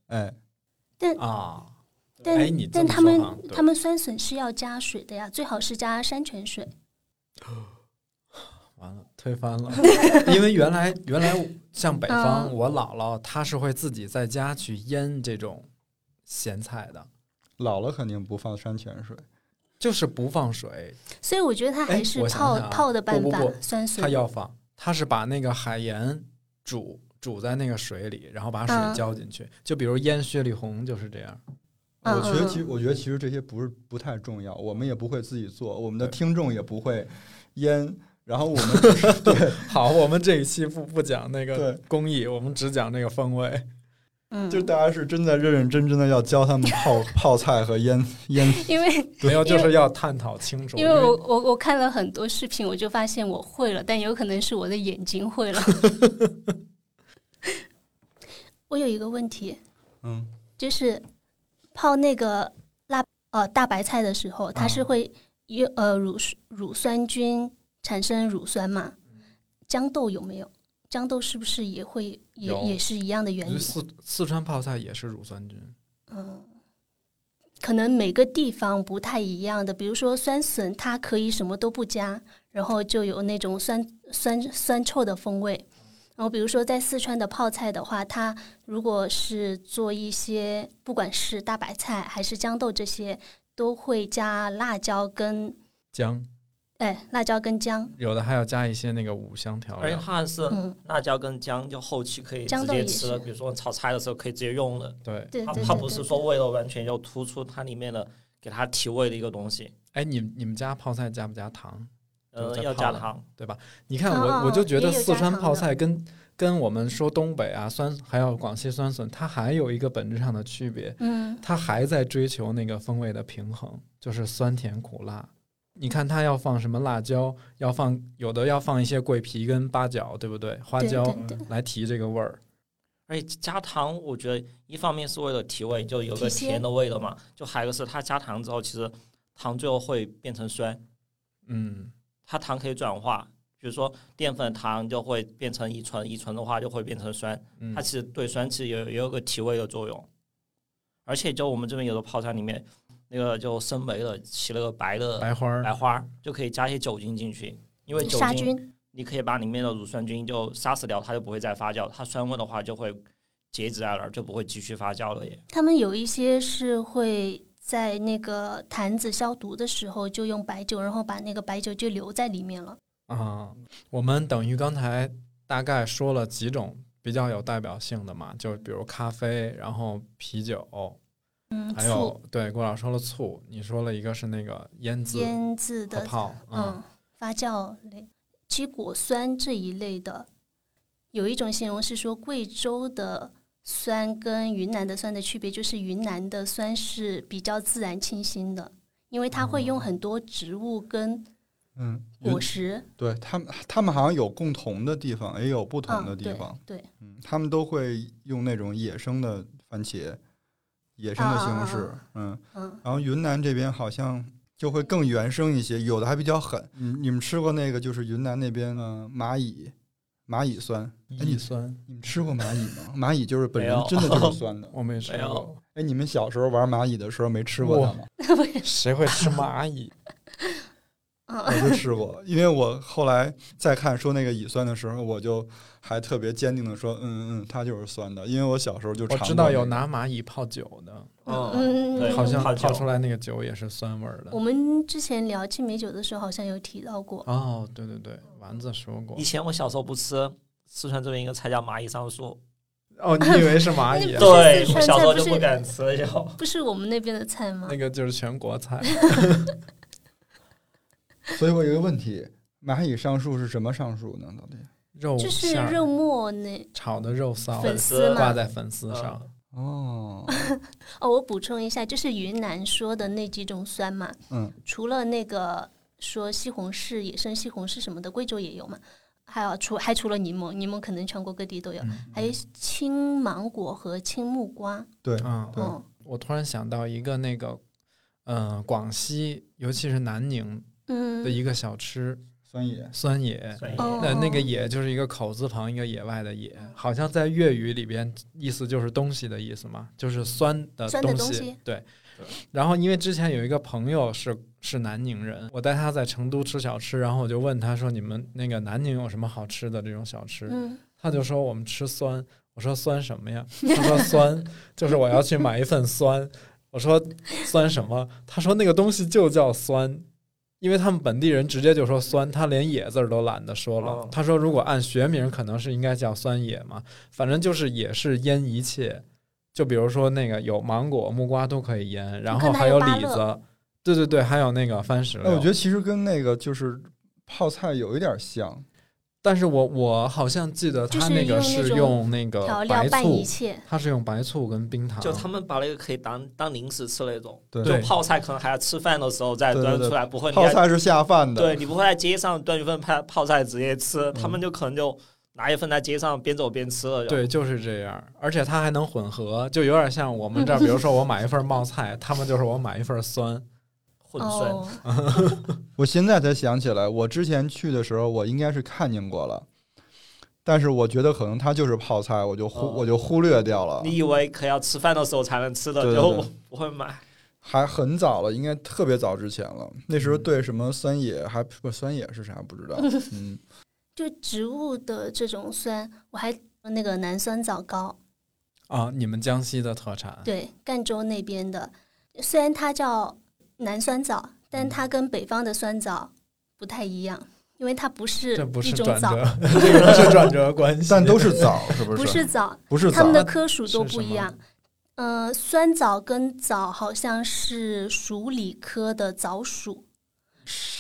但他们酸笋是要加水的呀，最好是加山泉水。 完了，推翻了。因为原来像北方，我姥姥她是会自己在家去腌这种咸菜的。 姥姥肯定不放山泉水， 就是不放水。 所以我觉得它还是泡的办法。酸笋它要放，它是把那个海盐煮在那个水里，然后把水浇进去。就比如腌雪里红就是这样。 我觉得其实这些不太重要，我们也不会自己做，我们的听众也不会腌。然后我们对， 好，我们这一期不讲那个工艺，我们只讲那个风味。 就大家是真的认认真真的要教他们泡菜和腌， 因为没有就是要探讨清楚。 因为我看了很多视频，我就发现我会了，但有可能是我的眼睛会了。我有一个问题，就是泡那个大白菜的时候，它是会乳酸菌产生乳酸嘛？豇豆有没有？豇豆是不是也会也是一样的原理？ 四川泡菜也是乳酸菌。 可能每个地方不太一样的，比如说酸笋，它可以什么都不加，然后就有那种酸臭的风味。然后比如说在四川的泡菜的话，它如果是做一些不管是大白菜还是豇豆这些，都会加辣椒跟姜。 辣椒跟姜， 有的还要加一些那个五香调料。 而且它是辣椒跟姜，就后期可以直接吃了，比如说炒菜的时候可以直接用的。 对， 它不是说为了完全要突出它里面的给它提味的一个东西。 你们家泡菜加不加糖？ 要加糖， 对吧？你看我就觉得四川泡菜跟我们说东北啊还有广西酸笋，它还有一个本质上的区别，它还在追求那个风味的平衡，就是酸甜苦辣。你看它要放什么辣椒，有的要放一些桂皮跟八角，对不对？花椒来提这个味儿。 而且加糖，我觉得一方面是为了提味，就有个甜的味了嘛。就还有一个是它加糖之后，其实糖最后会变成酸。它糖可以转化，比如说淀粉糖就会变成乙醇，乙醇的话就会变成酸。它其实对酸其实也有个提味的作用。而且就我们这边有的泡菜里面，那个就生梅了，起了个白花，就可以加一些酒精进去，因为酒精你可以把里面的乳酸菌就杀死掉，它就不会再发酵，它酸味的话就会截止在那儿，就不会继续发酵了耶。 他们有一些是会在那个坛子消毒的时候就用白酒，然后把那个白酒就留在里面了。 我们等于刚才大概说了几种比较有代表性的嘛，就比如咖啡，然后啤酒，还有对郭老师说了醋，你说了一个是那个腌制的泡发酵类。其实果酸这一类的，有一种形容是说贵州的酸跟云南的酸的区别，就是云南的酸是比较自然清新的，因为它会用很多植物跟果实。 对，他们好像有共同的地方，也有不同的地方。 对， 他们都会用那种野生的番茄，野生的西红柿。然后云南这边好像就会更原生一些，有的还比较狠。你们吃过那个就是云南那边的蚂蚁酸？ 蚁酸， 你们吃过蚂蚁吗？蚂蚁就是本人真的就是酸的。 我没吃过。 你们小时候玩蚂蚁的时候没吃过它吗？ 谁会吃蚂蚁？ 我就吃过，因为我后来再看说那个乙酸的时候，我就还特别坚定的说，它就是酸的，因为我小时候就尝过。 我知道有拿蚂蚁泡酒的，好像泡出来那个酒也是酸味的。 我们之前聊青梅酒的时候好像有提到过。 对对对，丸子说过。 以前我小时候不吃四川这边一个菜叫蚂蚁上树。 你以为是蚂蚁？ 对，我小时候就不敢吃。 不是我们那边的菜吗？ 那个就是全国菜。 所以我有一个问题，蚂蚁上树是什么上树呢？到底肉就是肉末那炒的肉臊， 粉丝挂在粉丝上。 我补充一下，就是云南说的那几种酸嘛。除了那个说西红柿、野生西红柿什么的，贵州也有嘛。还除了柠檬可能全国各地都有，还有青芒果和青木瓜。 对， 我突然想到一个那个，广西尤其是南宁。的一个小吃，酸野，那个野就是一个口字旁一个野外的野，好像在粤语里边意思就是东西的意思嘛，就是酸的东西。对。然后因为之前有一个朋友是南宁人，我带他在成都吃小吃，然后我就问他说你们那个南宁有什么好吃的这种小吃？他就说我们吃酸。我说酸什么呀？他说酸就是我要去买一份酸。我说酸什么？他说那个东西就叫酸。因为他们本地人直接就说酸，他连野字都懒得说了。他说如果按学名可能是应该叫酸野嘛，反正就是也是腌一切，就比如说那个有芒果、木瓜都可以腌，然后还有李子，对对对，还有那个番石榴。 我觉得其实跟那个就是泡菜有一点像。 但是我好像记得他那个是用那个白醋，他是用白醋跟冰糖， 就他们把那个可以当零食吃那种。 对， 就泡菜可能还要吃饭的时候再端出来，不会。 泡菜是下饭的， 对，你不会在街上端一份泡菜直接吃，他们就可能就拿一份在街上边走边吃了。 对，就是这样，而且它还能混合，就有点像我们这儿，比如说我买一份冒菜，他们就是我买一份酸。 混酸。 我现在才想起来，我之前去的时候我应该是看见过了，但是我觉得可能它就是泡菜，我就忽略掉了。 你以为可要吃饭的时候才能吃的，就不会买。 还很早了，应该特别早之前了。那时候对什么酸野酸野是啥不知道。 就植物的这种酸，我还那个南酸枣糕你们江西的特产？ 对，赣州那边的，虽然它叫南酸枣，但它跟北方的酸枣不太一样，因为它不是一种枣， 这个是转折关系， 但都是枣，是不是？ 不是枣， 不是枣， 它们的科属都不一样。酸枣跟枣好像是鼠李科的枣属，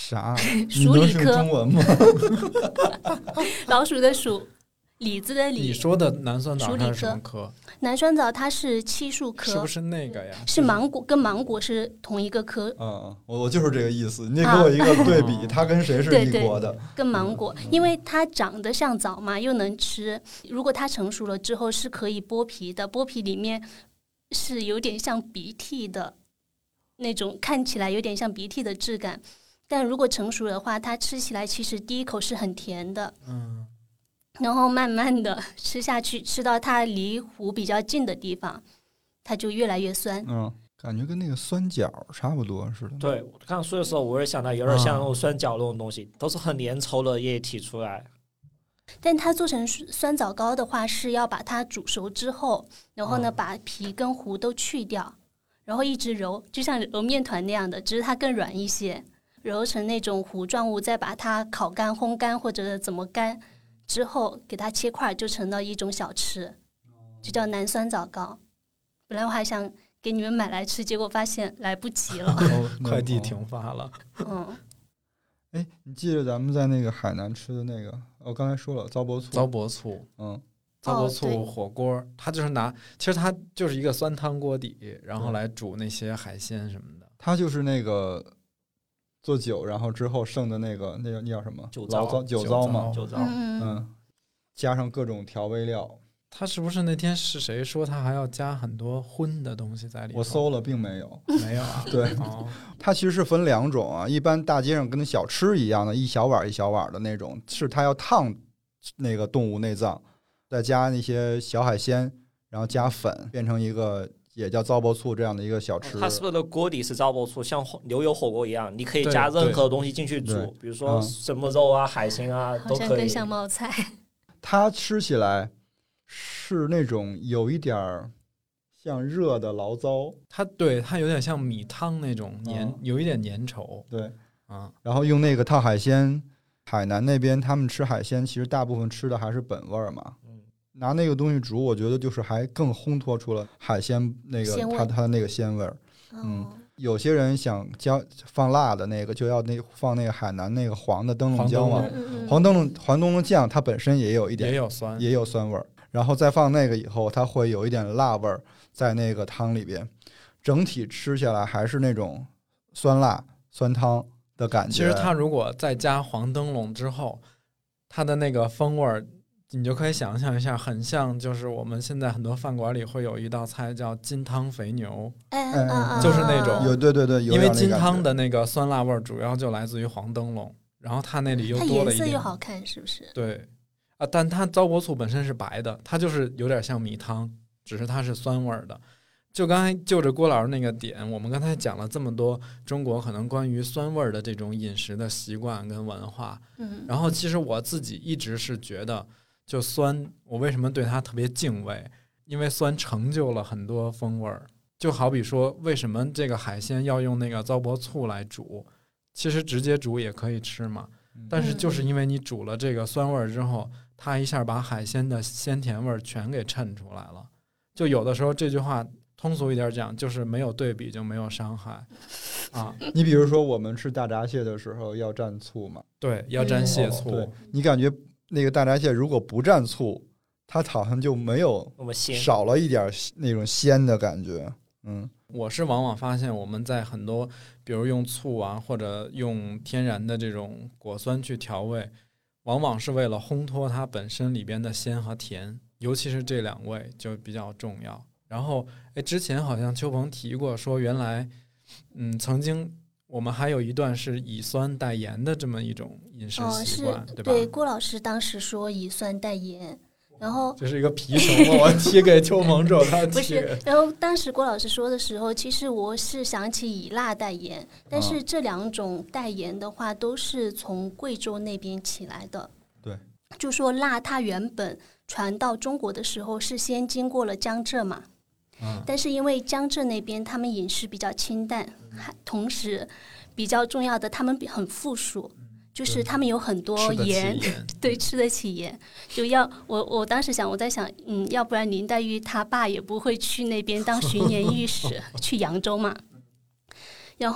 啥？ 鼠李科中文吗？ 老鼠的鼠，李子的李。 你说的南酸枣它是什么科？ 南酸枣它是漆树科， 是不是那个呀？ 是芒果，跟芒果是同一个科。 我就是这个意思。你给我一个对比，它跟谁是一国的？ 对，跟芒果，因为它长得像枣嘛，又能吃。如果它成熟了之后是可以剥皮的，剥皮里面是有点像鼻涕的那种，看起来有点像鼻涕的质感。但如果成熟的话，它吃起来其实第一口是很甜的。然后慢慢的吃下去，吃到它离核比较近的地方，它就越来越酸。 感觉跟那个酸角差不多似的。 对，我刚说的时候，我也想到有点像那种酸角那种东西，都是很粘稠的液体出来。 但它做成酸枣糕的话，是要把它煮熟之后，然后呢，把皮跟核都去掉，然后一直揉，就像揉面团那样的，只是它更软一些，揉成那种糊状物，再把它烤干、烘干或者怎么干之后，给它切块，就成了一种小吃，就叫南酸枣糕。本来我还想给你们买来吃，结果发现来不及了， 快递停发了。 你记得咱们在那个海南吃的那个，我刚才说了糟粕醋， 糟粕醋火锅，它就是其实它就是一个酸汤锅底，然后来煮那些海鲜什么的。 它就是那个做酒，然后之后剩的那个叫什么？ 酒糟嘛， 酒糟。 加上各种调味料。 它是不是那天是谁说它还要加很多荤的东西在里头？ 我搜了，并没有。 没有啊？ 对，它其实是分两种啊。一般大街上跟小吃一样的，一小碗一小碗的那种，是它要烫那个动物内脏，再加那些小海鲜，然后加粉，变成一个也叫糟粕醋这样的一个小吃。 它是不是的锅底是糟粕醋，像牛油火锅一样，你可以加任何东西进去煮，比如说什么肉啊、海鲜啊都可以。 好像更像冒菜。 它吃起来是那种有一点像热的醪糟， 它有点像米汤那种有一点粘稠。 对然后用那个烫海鲜，海南那边他们吃海鲜其实大部分吃的还是本味嘛。拿那个东西煮，我觉得就是还更烘托出了海鲜那个它的那个鲜味。有些人想放辣的那个，就要放那个海南那个黄的灯笼椒嘛。黄灯笼酱它本身也有一点也有酸味儿，然后再放那个以后，它会有一点辣味儿在那个汤里边，整体吃下来还是那种酸辣酸汤的感觉。 其实它如果再加黄灯笼之后，它的那个风味儿，你就可以想象一下，很像就是我们现在很多饭馆里会有一道菜叫金汤肥牛，就是那种对， 因为金汤的那个酸辣味儿主要就来自于黄灯笼，然后它那里又多了一点，它颜色又好看，是不是？ 对但它糟粕醋本身是白的，它就是有点像米汤，只是它是酸味儿的。就刚才就着郭老师那个点，我们刚才讲了这么多中国可能关于酸味儿的这种饮食的习惯跟文化，然后其实我自己一直是觉得，就酸，我为什么对它特别敬畏？因为酸成就了很多风味儿。就好比说，为什么这个海鲜要用那个糟粕醋来煮？其实直接煮也可以吃嘛，但是就是因为你煮了这个酸味儿之后，它一下把海鲜的鲜甜味儿全给衬出来了。就有的时候这句话通俗一点讲，就是没有对比就没有伤害啊。 你比如说我们吃大闸蟹的时候要蘸醋嘛？ 对，要蘸蟹醋。 对，你感觉那个大闸蟹如果不蘸醋，它好像就没有少了一点那种鲜的感觉。 我是往往发现我们在很多比如用醋啊或者用天然的这种果酸去调味，往往是为了烘托它本身里边的鲜和甜，尤其是这两味就比较重要。然后之前好像邱鹏提过说，原来曾经我们还有一段是以酸代盐的这么一种饮食习惯，对吧？ 对，郭老师当时说以酸代盐，然后这是一个皮球嘛，我提给邱鹏之后他不是，然后当时郭老师说的时候，其实我是想起以辣代盐，但是这两种代盐的话都是从贵州那边起来的。 对， 就说辣它原本传到中国的时候是先经过了江浙嘛。但是因为江浙那边他们饮食比较清淡，同时比较重要的他们很富庶，就是他们有很多盐，对，吃得起盐。就要我当时想，我在想，要不然林黛玉她爸也不会去那边当巡盐御史去扬州嘛。然后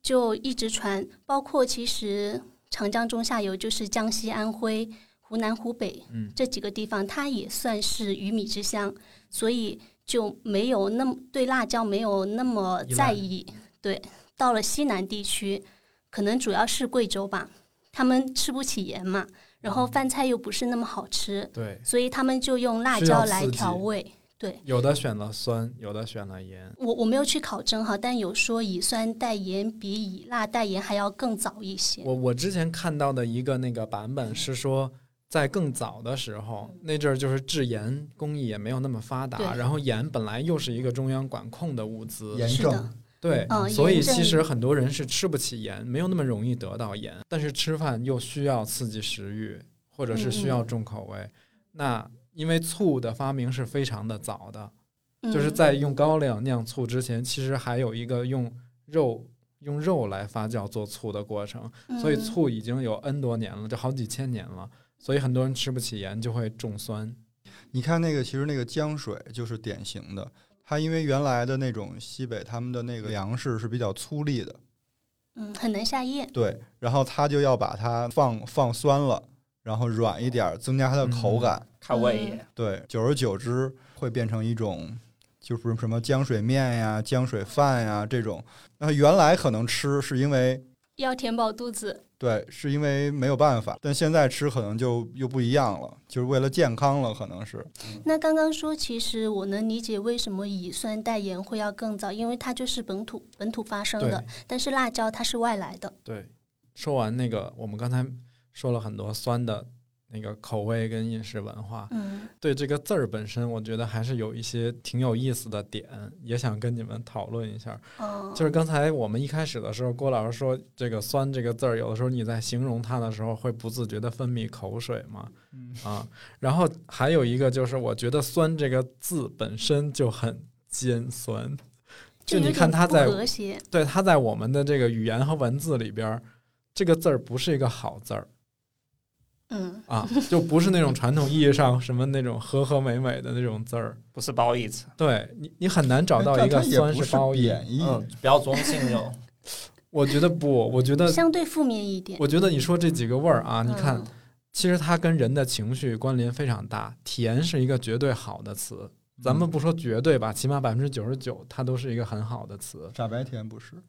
就一直传，包括其实长江中下游就是江西、安徽、湖南、湖北这几个地方，它也算是鱼米之乡，所以就没有那么对辣椒没有那么在意。对，到了西南地区，可能主要是贵州吧，他们吃不起盐嘛，然后饭菜又不是那么好吃， 对， 所以他们就用辣椒来调味。对， 有的选了酸，有的选了盐。 我没有去考证哈，但有说以酸代盐比以辣代盐还要更早一些。 我之前看到的一个那个版本是说，在更早的时候，那阵儿就是制盐工艺也没有那么发达，然后盐本来又是一个中央管控的物资， 盐政。 对，所以其实很多人是吃不起盐，没有那么容易得到盐，但是吃饭又需要刺激食欲，或者是需要重口味。那因为醋的发明是非常的早的，就是在用高粱酿醋之前，其实还有一个用肉来发酵做醋的过程，所以醋已经有 N 多年了，就好几千年了，所以很多人吃不起盐就会重酸。 你看那个，其实那个江水就是典型的，它因为原来的那种西北他们的那个粮食是比较粗粝的， 很难下咽。 对，然后他就要把它放酸了，然后软一点，增加它的口感， 开胃。 对，久而久之会变成一种就是什么江水面呀、江水饭呀这种。那原来可能吃是因为要填饱肚子， 对，是因为没有办法，但现在吃可能就又不一样了，就是为了健康了，可能是。 那刚刚说，其实我能理解为什么以酸代盐会要更早，因为它就是本土发生的，但是辣椒它是外来的。 对，说完那个，我们刚才说了很多酸的那个口味跟饮食文化，对这个字儿本身，我觉得还是有一些挺有意思的点，也想跟你们讨论一下。就是刚才我们一开始的时候，郭老师说这个酸这个字儿，有的时候你在形容它的时候会不自觉的分泌口水嘛，然后还有一个就是我觉得酸这个字本身就很尖酸，就你看它在对它在我们的这个语言和文字里边，这个字儿不是一个好字儿。就不是那种传统意义上什么那种和和美美的那种字儿， 不是褒义词。 对，你很难找到一个酸是褒义， 比较中性有。 我觉得不，我觉得相对负面一点。 我觉得你说这几个味儿啊，你看，其实它跟人的情绪关联非常大。甜是一个绝对好的词，咱们不说绝对吧，起码99%它都是一个很好的词。 傻白甜不是。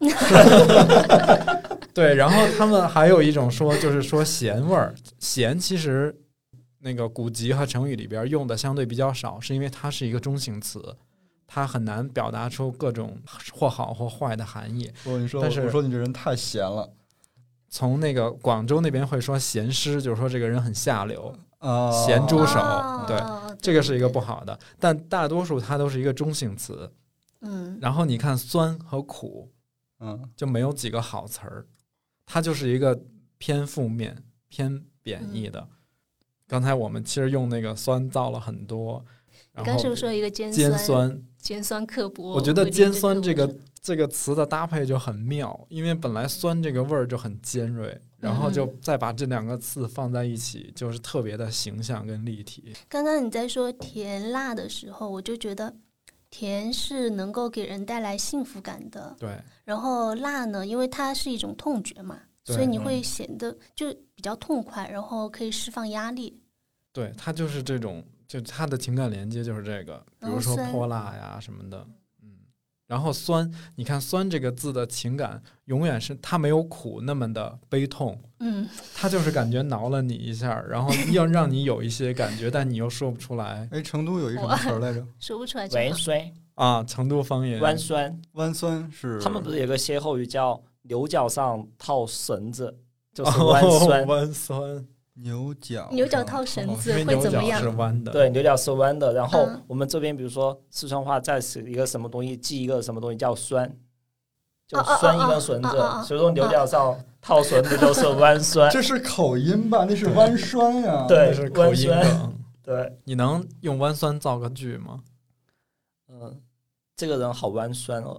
对，然后他们还有一种说，就是说咸味儿。咸其实那个古籍和成语里边用的相对比较少，是因为它是一个中性词，它很难表达出各种或好或坏的含义。 但是我说你这人太咸了。 从那个广州那边会说咸湿，就是说这个人很下流，咸猪手，对，这个是一个不好的。但大多数它都是一个中性词。然后你看酸和苦，就没有几个好词儿。它就是一个偏负面、偏贬义的。刚才我们其实用那个酸造了很多， 然后刚是不是说一个尖酸刻薄？ 我觉得尖酸这个词的搭配就很妙，因为本来酸这个味儿就很尖锐，然后就再把这两个字放在一起，就是特别的形象跟立体。 刚刚你在说甜辣的时候，我就觉得甜是能够给人带来幸福感的， 对。 然后辣呢，因为它是一种痛觉嘛，所以你会显得就比较痛快，然后可以释放压力。 对，它就是这种，就它的情感连接就是这个，比如说泼辣呀什么的。然后酸，你看酸这个字的情感永远是它没有苦那么的悲痛，它就是感觉挠了你一下，然后要让你有一些感觉，但你又说不出来。 成都有一什么词来着？ 说不出来。 弯酸啊，成都方言。 弯酸是他们不是有个歇后语叫牛角上套绳子，就是弯酸。 弯酸。 牛角套绳子会怎么样？ 是弯的， 对，牛角是弯的。然后我们这边比如说四川话再是一个什么东西，记一个什么东西叫酸，就酸一根绳子，所以说牛角上套绳子就是弯酸。 这是口音吧？那是弯酸呀。 对，是口音梗。 对， 你能用弯酸造个句吗？ 这个人好弯酸哦。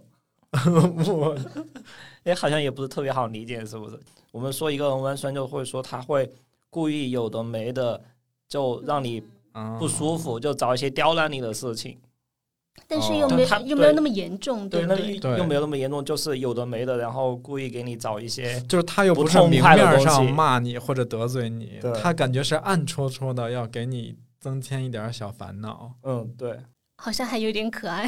好像也不是特别好理解，是不是？我们说一个人弯酸，就会说他会故意有的没的，就让你不舒服，就找一些刁难你的事情。 但是又没有那么严重， 对， 不对？ 又没有那么严重，就是有的没的，然后故意给你找一些， 就是他又不是明面上骂你或者得罪你，他感觉是暗戳戳的要给你增添一点小烦恼。 对， 好像还有点可爱。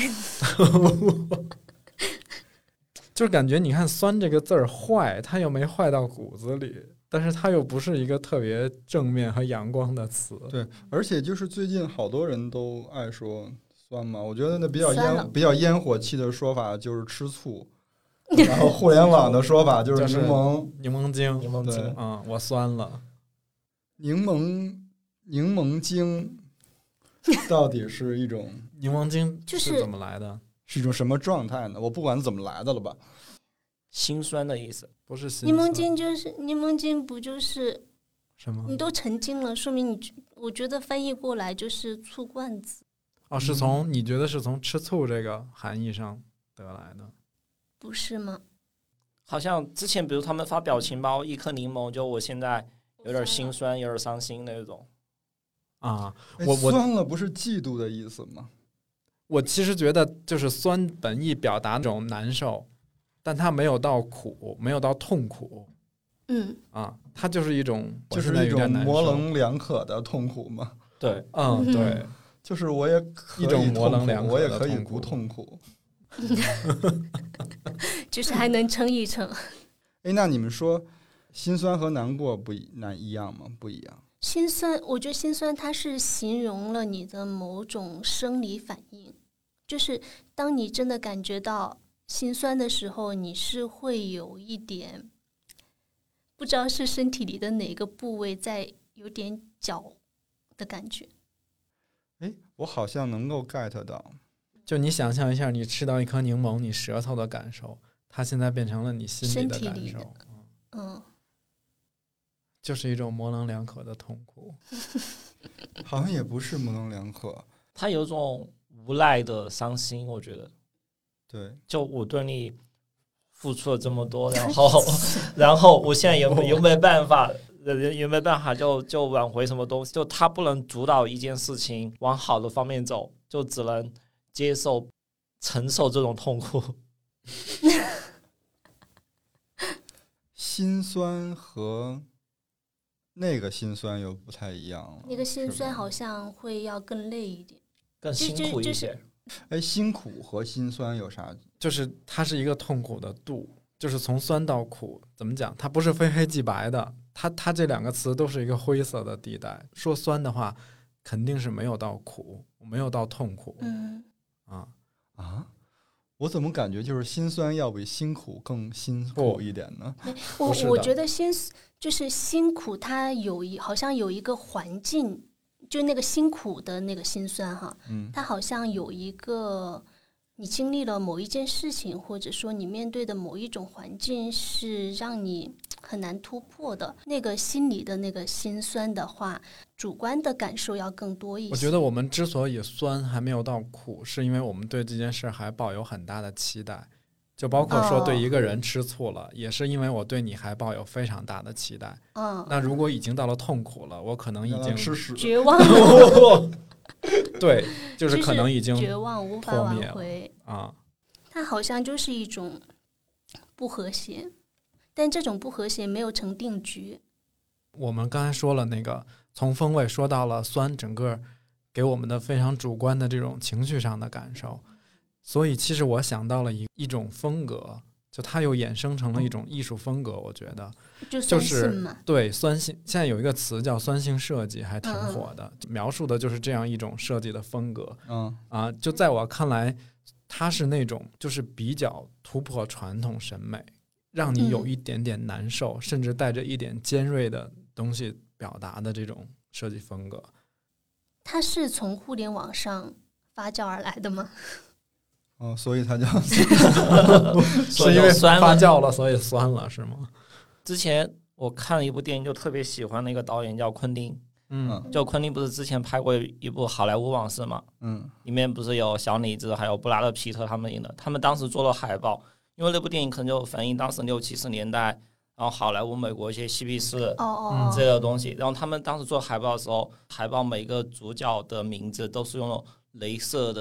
就是感觉你看酸这个字儿坏，它又没坏到骨子里，但是它又不是一个特别正面和阳光的词。 对，而且就是最近好多人都爱说酸嘛，我觉得那比较烟火气的说法就是吃醋，然后互联网的说法就是柠檬精， 对， 我酸了。 柠檬精到底是一种柠檬精是怎么来的？ 是一种什么状态呢？我不管怎么来的了吧。 心酸的意思， 不是心酸。柠檬精不就是什么？ 你都成精了，说明我觉得翻译过来就是醋罐子。 是你觉得是从吃醋这个含义上得来的？ 不是吗？ 好像之前比如他们发表情包，一颗柠檬，就我现在有点心酸，有点伤心那种。 我酸了不是嫉妒的意思吗？ 我其实觉得就是酸本意表达那种难受，但它没有到苦，没有到痛苦。它就是一种模棱两可的痛苦嘛。 对， 对， 就是我也可以一种模棱两可的我也可以不痛苦。 就是还能撑一撑。 那你们说心酸和难过一样吗？不一样。 心酸，我觉得心酸它是形容了你的某种生理反应，就是当你真的感觉到心酸的时候，你是会有一点不知道是身体里的哪个部位在有点绞的感觉。 我好像能够 get 到。 就你想象一下，你吃到一颗柠檬，你舌头的感受，它现在变成了你心里的感受。就是一种模棱两可的痛苦。 好像也不是模棱两可， 它有种无奈的伤心，我觉得。 对， 就我对你付出了这么多，然后我现在有没有办法就挽回什么东西？就他不能主导一件事情往好的方面走，就只能承受这种痛苦。 心酸和那个心酸又不太一样了。 那个心酸好像会要更累一点， 更辛苦一些。 辛苦和心酸有啥？ 就是它是一个痛苦的度，就是从酸到苦，怎么讲？它不是非黑即白的，它这两个词都是一个灰色的地带。说酸的话，肯定是没有到苦，没有到痛苦。 我怎么感觉就是心酸要比辛苦更辛苦一点呢？ 我觉得就是辛苦，它好像有一个环境，就那个辛苦的那个心酸哈，它好像有一个你经历了某一件事情，或者说你面对的某一种环境是让你很难突破的，那个心里的那个心酸的话，主观的感受要更多一些。 我觉得我们之所以酸还没有到苦，是因为我们对这件事还抱有很大的期待，就包括说对一个人吃醋了，也是因为我对你还抱有非常大的期待。那如果已经到了痛苦了，我可能已经绝望了。 对，就是可能已经绝望，无法挽回它好像就是一种不和谐，但这种不和谐没有成定局。 我们刚才说了那个从风味说到了酸，整个给我们的非常主观的这种情绪上的感受，所以其实我想到了一种风格，就它又衍生成了一种艺术风格。我觉得就是对酸性，现在有一个词叫酸性设计，还挺火的，描述的就是这样一种设计的风格。就在我看来，它是那种就是比较突破传统审美，让你有一点点难受，甚至带着一点尖锐的东西表达的这种设计风格。 它是从互联网上发酵而来的吗？ 所以它叫是因为发酵了所以酸了是吗？ 之前我看了一部电影，就特别喜欢那个导演叫昆汀。就昆汀不是之前拍过一部好莱坞往事嘛？里面不是有小李子还有布拉德皮特他们演的，他们当时做了海报，因为那部电影可能就反映当时60、70年代，然后好莱坞美国一些嬉皮士这个东西，然后他们当时做海报的时候，海报每个主角的名字都是用镭射的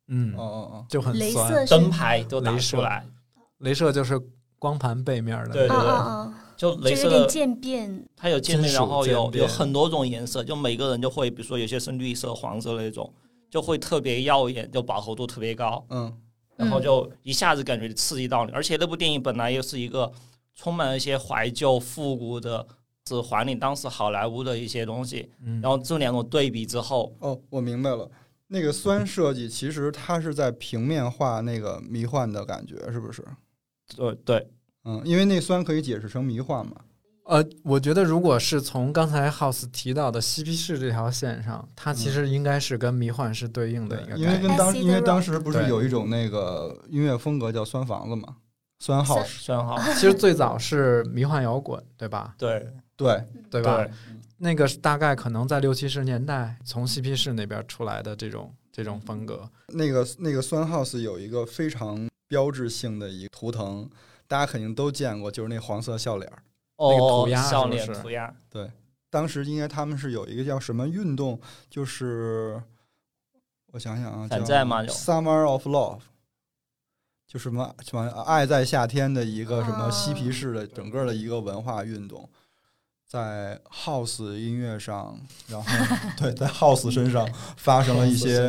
就很酸， 灯牌都打出来， 镭射就是光盘背面的， 对，就镭射有点渐变， 它有渐变，然后有很多种颜色，就每个人就会，比如说有些是绿色、黄色那种，就会特别耀眼，就饱和度特别高，然后就一下子感觉刺激到你。而且那部电影本来又是一个充满了一些怀旧复古的，是还你当时好莱坞的一些东西，然后这两种对比之后， 我明白了。那个酸设计其实它是在平面化那个迷幻的感觉，是不是？ 对， 因为那酸可以解释成迷幻嘛。 我觉得如果是从刚才 House 提到的嬉皮士这条线上，它其实应该是跟迷幻是对应的一个概念。 因为当时不是有一种那个音乐风格叫酸房子嘛，酸 house。 其实最早是迷幻摇滚，对吧？ 对吧？那个大概可能在60、70年代从嬉皮士那边出来的这种风格。 那个酸 house 有一个非常标志性的一个图腾，大家肯定都见过，就是那黄色笑脸。 那个涂鸦笑脸涂鸦， 对，当时应该他们是有一个叫什么运动，就是我想想啊， 反战嘛 ，Summer of Love， 就什么爱在夏天的一个什么嬉皮士的整个的一个文化运动，在 House 音乐上，然后对，在 House 身上发生了一些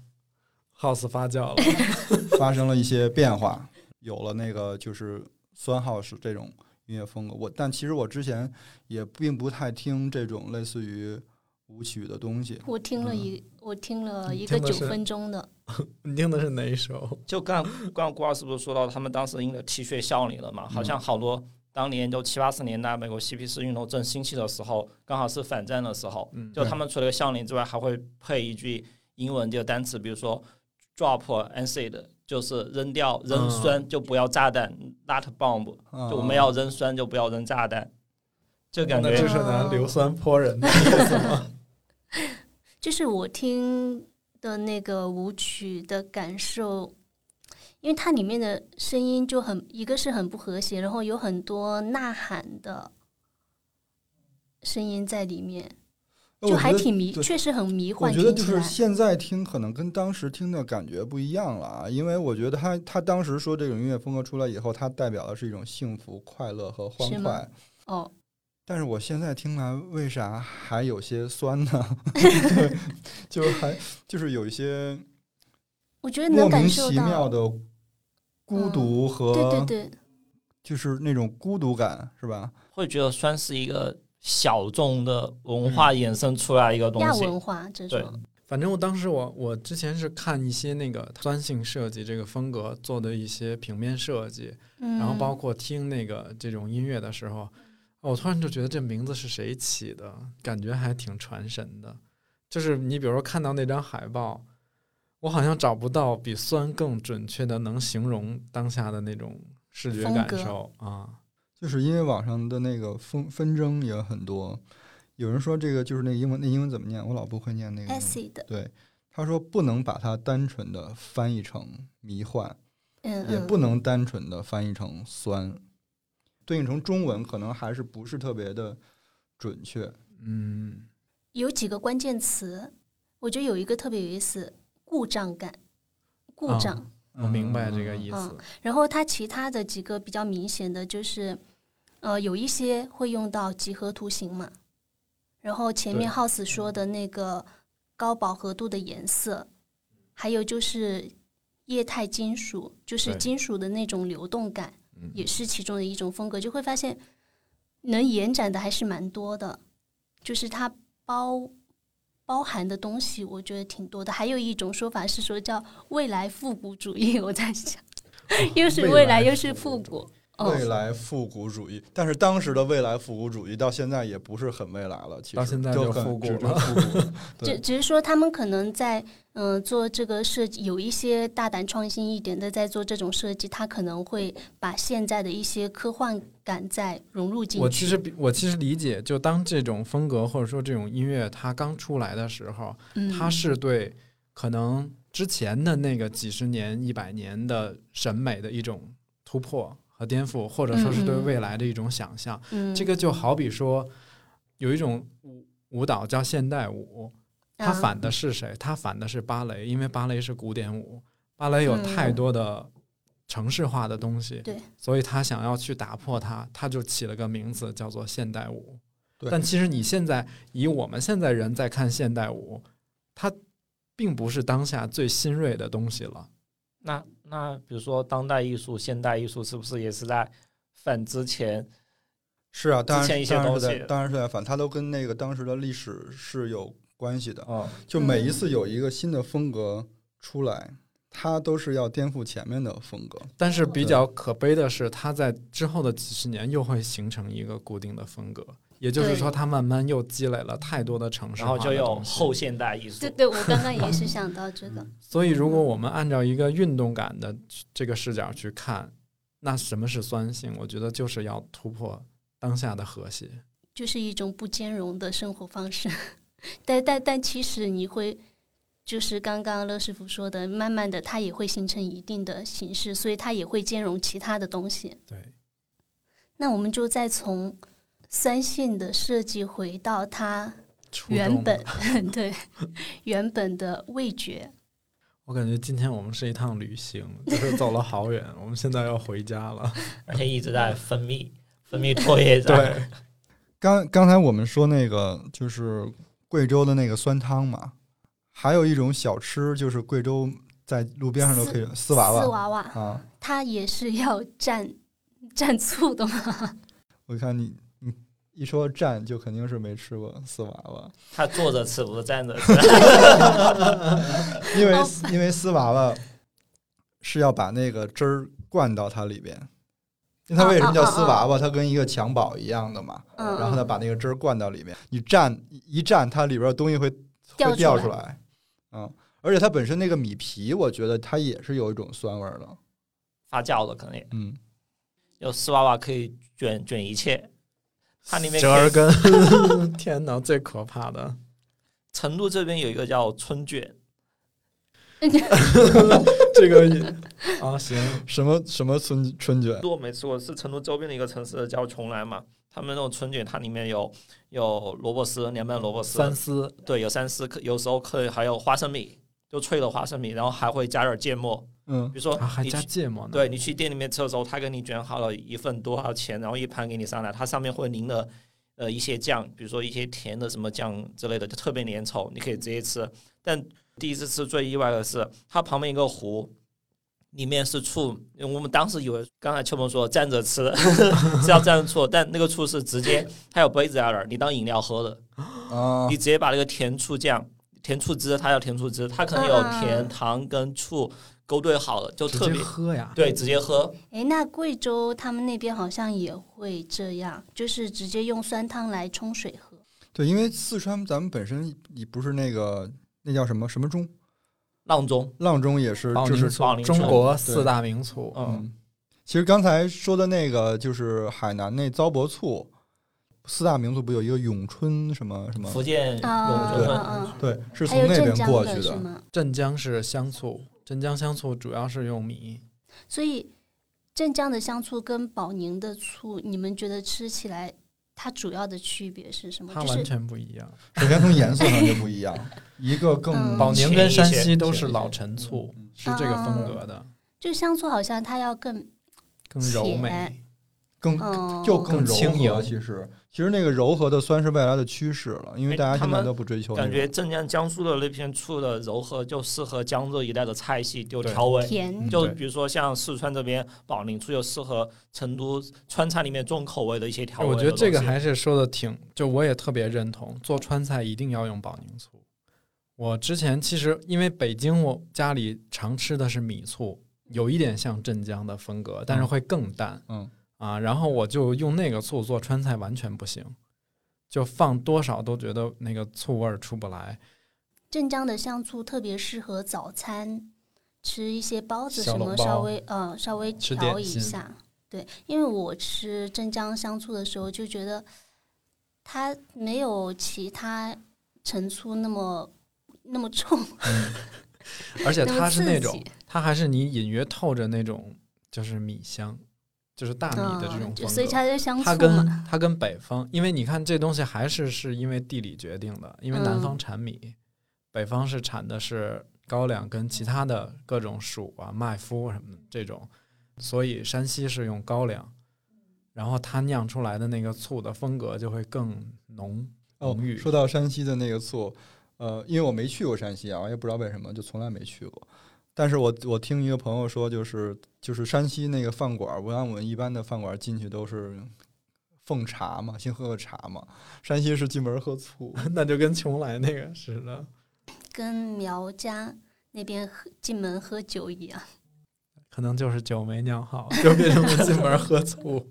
House 发酵了， 发生了一些变化，有了那个就是酸 House 这种音乐风格。但其实我之前也并不太听这种类似于舞曲的东西。 我听了一个9分钟的。 你听的是哪一首？ 就刚顾老师不是说到他们当时印的 T 恤笑脸了嘛？好像好多当年就70、80年代美国嬉皮士运动正兴起的时候，刚好是反战的时候，就他们除了笑脸之外，还会配一句英文的单词，比如说 drop acid， 就是扔酸，就不要炸弹 ，not bomb， 就我们要扔酸就不要扔炸弹，就感觉就是拿硫酸泼人的意思吗？ 就是我听的那个舞曲的感受，因为它里面的声音就一个是很不和谐，然后有很多呐喊的声音在里面，就还挺确实很迷幻。 我觉得就是现在听可能跟当时听的感觉不一样了啊，因为我觉得他当时说这种音乐风格出来以后，它代表的是一种幸福、快乐和欢快。但是我现在听来，为啥还有些酸呢？对，就是有一些， 我觉得能感受到莫名其妙的孤独和对， 就是那种孤独感，是吧？ 会觉得酸是一个小众的文化衍生出来一个东西， 亚文化这种。 反正当时我之前是看一些那个酸性设计这个风格做的一些平面设计，然后包括听那个这种音乐的时候。我突然就觉得这名字是谁起的，感觉还挺传神的。就是你比如说看到那张海报，我好像找不到比酸更准确的能形容当下的那种视觉感受啊。 就是因为网上的那个纷争也很多，有人说这个就是那英文怎么念，我老不会念那个 acid。 对，他说不能把它单纯的翻译成迷幻，也不能单纯的翻译成酸。对应成中文可能还是不是特别的准确。 有几个关键词，我觉得有一个特别有意思，故障感，故障。 我明白这个意思。 然后它其他的几个比较明显的就是，有一些会用到几何图形嘛，然后前面 House 说的那个高饱和度的颜色，还有就是液态金属，就是金属的那种流动感。也是其中的一种风格，就会发现能延展的还是蛮多的，就是它包含的东西我觉得挺多的。还有一种说法是说叫未来复古主义，我在想又是未来又是复古， 未来复古主义，但是当时的未来复古主义到现在也不是很未来了，其实到现在就复古了。 只是说他们可能在做这个设计有一些大胆创新一点的，在做这种设计，他可能会把现在的一些科幻感再融入进去。 我其实理解，就当这种风格或者说这种音乐它刚出来的时候，它是对可能之前的那个几十年、100年的审美的一种突破和颠覆，或者说是对未来的一种想象。这个就好比说有一种舞蹈叫现代舞， 它反的是谁？它反的是芭蕾，因为芭蕾是古典舞，芭蕾有太多的程式化的东西， 对， 所以他想要去打破它，他就起了个名字叫做现代舞。但其实你现在以我们现在人在看现代舞，它并不是当下最新锐的东西了。 那比如说当代艺术、现代艺术是不是也是在反之前？ 是啊，当然是在反，它都跟那个当时的历史是有关系的。就每一次有一个新的风格出来，它都是要颠覆前面的风格。 但是比较可悲的是，它在之后的几十年又会形成一个固定的风格，也就是说，它慢慢又积累了太多的城市化的东西， 然后就有后现代艺术。 对，我刚刚也是想到这个。 所以，如果我们按照一个运动感的这个视角去看，那什么是酸性？我觉得就是要突破当下的和谐， 就是一种不兼容的生活方式。但其实你会，就是刚刚乐师傅说的，慢慢的它也会形成一定的形式，所以它也会兼容其他的东西。 对。 那我们就再从酸性的设计回到它原本对原本的味觉。 我感觉今天我们是一趟旅行，就是走了好远，我们现在要回家了， 而且一直在分泌唾液。 对， 刚才我们说那个就是贵州的那个酸汤嘛，还有一种小吃就是贵州在路边上都可以丝娃娃啊， 它也是要蘸醋的吗？ 我看你一说蘸就肯定是没吃过丝娃娃。 他坐着吃不是站着吃。 因为丝娃娃是要把那个汁儿灌到它里边，因为它为什么叫丝娃娃？它跟一个襁褓一样的嘛，然后它把那个汁儿灌到里面，你一蘸它里边的东西会掉出来。而且它本身那个米皮，我觉得它也是有一种酸味的， 发酵的可能也。有丝娃娃可以卷一切，它里面折耳根。天哪，最可怕的！ 成都这边有一个叫春卷。 这个行， 什么春卷？ 我没吃过，是成都周边的一个城市叫邛崃嘛。他们那种春卷，它里面有萝卜丝、凉拌萝卜丝、 三丝， 对，有三丝，有时候还有花生米，就脆的花生米，然后还会加点芥末。比如说还加芥末呢。 对，你去店里面吃的时候，他给你卷好了一份多少钱，然后一盘给你上来，它上面会淋了一些酱，比如说一些甜的什么酱之类的，就特别粘稠，你可以直接吃。但第一次吃最意外的是，它旁边一个壶里面是醋，我们当时以为刚才秋鹏说蘸着吃是要蘸着醋，但那个醋是直接它有杯子在那儿，你当饮料喝的。你直接把那个甜醋酱、甜醋汁，它叫甜醋汁，它可能有甜糖跟醋勾兑好了，就特别直接喝呀。 对，直接喝。 那贵州他们那边好像也会这样，就是直接用酸汤来冲水喝。 对，因为四川咱们本身也不是那叫什么盅，阆中也是就是中国4大名醋。 其实刚才说的那个就是海南那糟粕醋，4大名醋不有一个永春什么福建永春，对，是从那边过去的。 镇江是香醋，镇江香醋主要是用米。 所以镇江的香醋跟保宁的醋，你们觉得吃起来它主要的区别是什么？ 它完全不一样。 首先从颜色上就不一样，一个更保宁跟山西都是老陈醋，是这个风格的。 就香醋好像它要更柔美， 更柔和。其实那个柔和的酸是未来的趋势了，因为大家现在都不追求感觉镇江江苏的那片醋的柔和就适合江浙一带的菜系，就调味甜。 就比如说像四川这边保宁醋，就适合成都川菜里面重口味的一些调味。 我觉得这个还是说的就我也特别认同，做川菜一定要用保宁醋。我之前其实因为北京我家里常吃的是米醋，有一点像镇江的风格，但是会更淡。然后我就用那个醋做川菜完全不行，就放多少都觉得那个醋味出不来。 镇江的香醋特别适合早餐吃一些包子什么，稍微调一下。对，因为我吃镇江香醋的时候就觉得它没有其他陈醋那么重。 而且它是那种它还是你隐约透着那种就是米香，就是大米的这种风格， 所以它是香醋嘛。 它跟北方，因为你看这东西还是因为地理决定的，因为南方产米， 北方是产的是高粱跟其他的各种黍啊、麦麸什么的这种，所以山西是用高粱，然后它酿出来的那个醋的风格就会更浓郁。 说到山西的那个醋，因为我没去过山西啊，我也不知道为什么，就从来没去过。但是我听一个朋友说，就是山西那个饭馆，我们一般的饭馆进去都是奉茶嘛，先喝个茶嘛。山西是进门喝醋， 那就跟邛崃那个似的， 跟苗家那边进门喝酒一样。 可能就是酒没酿好，就变成了进门喝醋。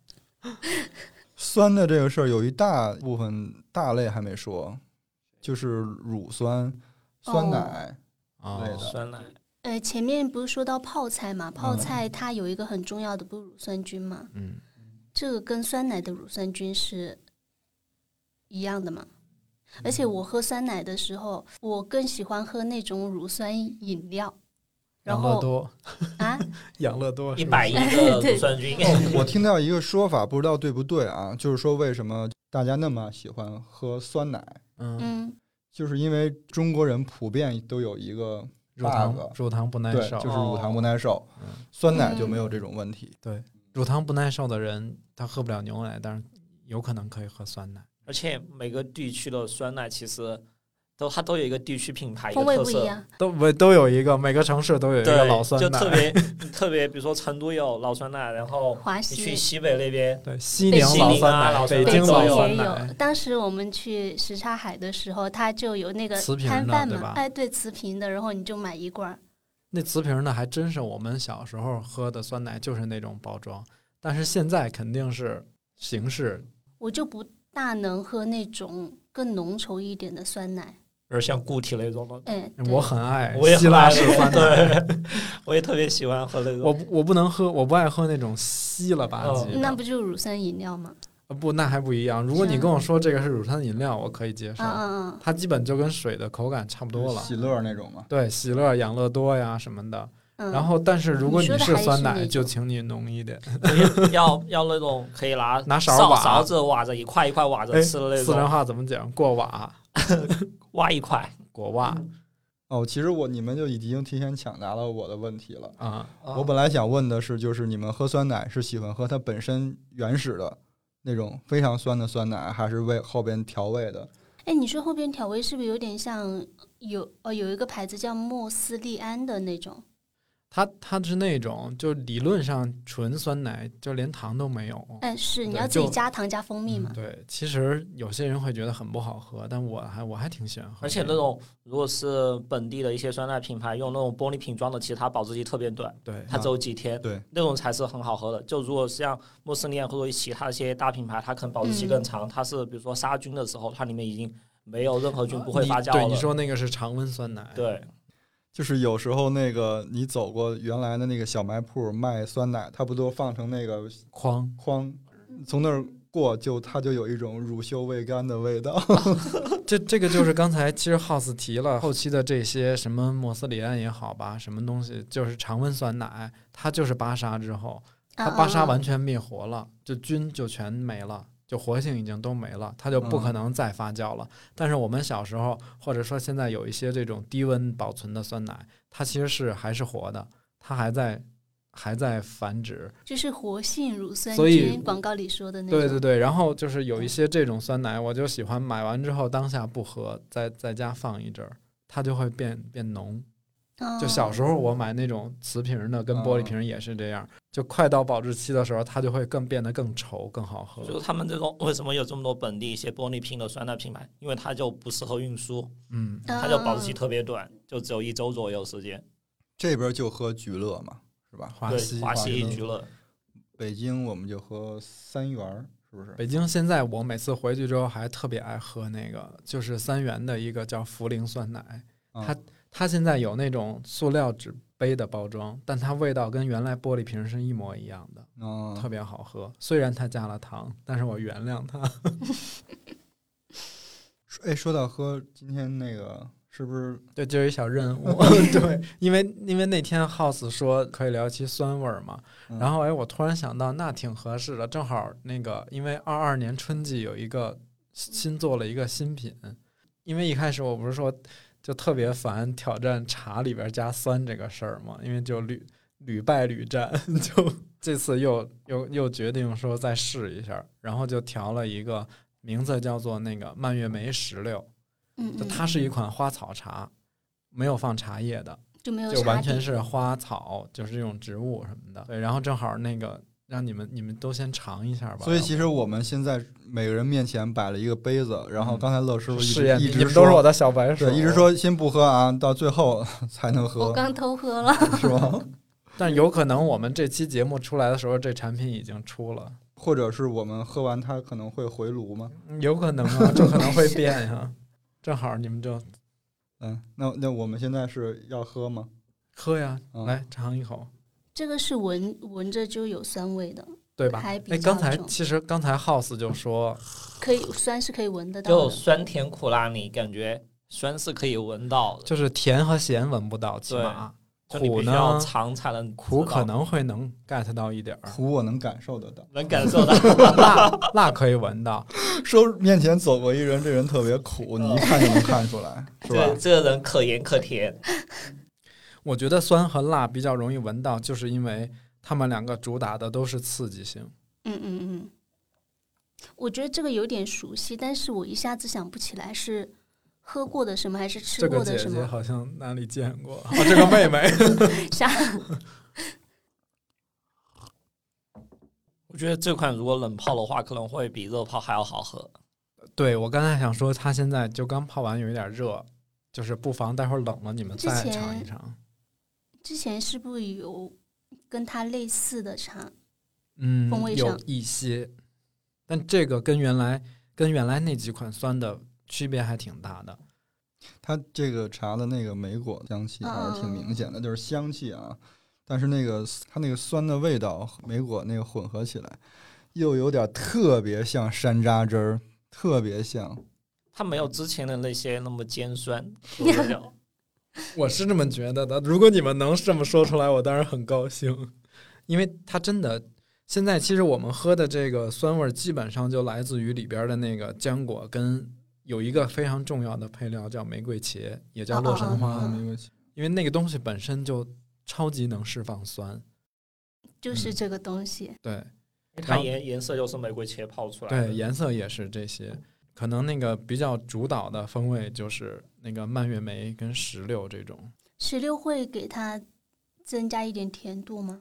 酸的这个事儿有一大部分大类还没说，就是乳酸、酸奶类的。 酸奶。 前面不是说到泡菜嘛？泡菜它有一个很重要的不乳酸菌嘛？这个跟酸奶的乳酸菌是一样的嘛？而且我喝酸奶的时候，我更喜欢喝那种乳酸饮料。然后养乐多啊， 养乐多 110个乳酸菌。 我听到一个说法，不知道对不对啊？就是说为什么大家那么喜欢喝酸奶？就是因为中国人普遍都有一个 bug， 乳糖不耐受， 就是乳糖不耐受。酸奶就没有这种问题。 对，乳糖不耐受的人他喝不了牛奶，但是有可能可以喝酸奶。 而且每个地区的酸奶其实它都有一个地区品牌， 风味不一样， 都有一个，每个城市都有一个老酸奶， 就特别，比如说成都有老酸奶，然后你去西北那边， 对，西宁老酸奶，北京老酸奶。 当时我们去什刹海的时候，它就有那个摊贩嘛，哎，对，瓷瓶的，然后你就买一罐。 那瓷瓶的还真是我们小时候喝的酸奶，就是那种包装，但是现在肯定是形式。 我就不大能喝那种更浓稠一点的酸奶。 而像固体那种的， 我很爱希腊式酸奶， 对，我也特别喜欢喝那种。 我不能喝，我不爱喝那种稀了吧唧的。 那不就是乳酸饮料吗？ 不，那还不一样。如果你跟我说这个是乳酸饮料，我可以接受。它基本就跟水的口感差不多了。 喜乐那种吗？ 对，喜乐、养乐多呀什么的。然后，但是如果你是酸奶，就请你浓一点。 要那种可以拿勺子挖着一块一块挖着吃的那种。 四川话怎么讲？过瓦。 挖一块果挖。 其实你们就已经提前抢答了我的问题了啊！ 我本来想问的是，就是你们喝酸奶是喜欢喝它本身原始的那种非常酸的酸奶，还是为后边调味的？ 你说后边调味是不是有点像有一个牌子叫莫斯利安的那种？ 它是那种就理论上纯酸奶就连糖都没有。 是你要自己加糖加蜂蜜嘛？ 对，其实有些人会觉得很不好喝，但我还挺喜欢喝。 而且那种如果是本地的一些酸奶品牌用那种玻璃瓶装的，其实它保质期特别短， 对， 它只有几天， 对， 那种才是很好喝的。就如果是像莫斯利安或者其他一些大品牌，它可能保质期更长，它是比如说杀菌的时候，它里面已经没有任何菌，不会发酵了。 对，你说那个是常温酸奶， 对。 就是有时候那个你走过原来的那个小卖铺卖酸奶，它不都放成那个筐， 从那儿过它就有一种乳臭未干的味道。 这个就是刚才其实 House 提了后期的这些什么莫斯里安也好吧，什么东西就是常温酸奶，它就是巴沙之后，它巴沙完全灭活了，就菌就全没了。就活性已经都没了，它就不可能再发酵了。但是我们小时候，或者说现在有一些这种低温保存的酸奶，它其实还是活的，它还在繁殖， 就是活性乳酸菌，广告里说的那种。 对。然后就是有一些这种酸奶，我就喜欢买完之后当下不喝，在家放一阵儿，它就会变浓。就小时候我买那种瓷瓶的跟玻璃瓶也是这样，就快到保质期的时候它就会变得更稠更好喝。 就是他们这种为什么有这么多本地一些玻璃瓶的酸奶品牌，因为它就不适合运输，它就保质期特别短，就只有1周左右时间。 这边就喝菊乐嘛，是吧？ 华西菊乐。 北京我们就喝3元，是不是？ 北京现在我每次回去之后还特别爱喝那个，就是3元的一个叫茯苓酸奶，它现在有那种塑料纸杯的包装，但它味道跟原来玻璃瓶是一模一样的，特别好喝。虽然它加了糖，但是我原谅它。 说到喝，今天那个是不是？ 对，就是一小任务。对，因为那天 House 说可以聊期酸味嘛，然后我突然想到，那挺合适的，正好那个因为22年春季有一个新做了一个新品，因为一开始我不是说就特别烦挑战茶里边加酸这个事儿嘛，因为就屡败屡战，就这次又决定说再试一下，然后就调了一个名字叫做那个蔓越莓16，就它是一款花草茶，没有放茶叶的， 就完全是花草，就是这种植物什么的。对，然后正好那个让你们都先尝一下吧。 所以其实我们现在每个人面前摆了一个杯子，然后刚才乐师傅一直你们都是我的小白手， 对，一直说先不喝啊，到最后才能喝。 我刚偷喝了， 是吗？ 但有可能我们这期节目出来的时候，这产品已经出了， 或者是我们喝完它可能会回炉吗？ 有可能啊，这可能会变呀。正好你们就， 那我们现在是要喝吗？ 喝呀，来尝一口。 这个是闻着就有酸味的， 对吧？刚才 House 就说， 可以酸是可以闻得到的， 就酸甜苦辣，你感觉酸是可以闻到的， 就是甜和咸闻不到，起码。苦呢？ 要尝才能苦可能会能 get 到一点， 苦我能感受得到， 能感受到。 辣可以闻到。 说面前走过一人，这人特别苦，你一看就能看出来，是吧？ 这个人可盐可甜。 我觉得酸和辣比较容易闻到，就是因为他们两个主打的都是刺激性。 我觉得这个有点熟悉，但是我一下子想不起来是喝过的什么还是吃过的什么。 这个姐姐好像哪里见过，这个妹妹。 我觉得这款如果冷泡的话，可能会比热泡还要好喝。 对，我刚才想说，它现在就刚泡完，有一点热，就是不妨待会儿冷了你们再尝一尝。 之前是不是有跟它类似的茶？ 风味上有一些，但这个跟原来那几款酸的区别还挺大的。 它这个茶的那个莓果香气还是挺明显的，就是香气啊，但是它那个酸的味道和莓果那个混合起来，又有点特别像山楂汁儿，特别像。 它没有之前的那些那么尖酸。 我是这么觉得的，如果你们能这么说出来，我当然很高兴，因为它真的。现在其实我们喝的这个酸味基本上就来自于里边的那个浆果，跟有一个非常重要的配料叫玫瑰茄，也叫洛神花。玫瑰茄，因为那个东西本身就超级能释放酸， 就是这个东西。 对， 它颜色又是玫瑰茄泡出来的。 对，颜色也是这些。可能那个比较主导的风味就是那个蔓越莓跟16这种。 16会给它增加一点甜度吗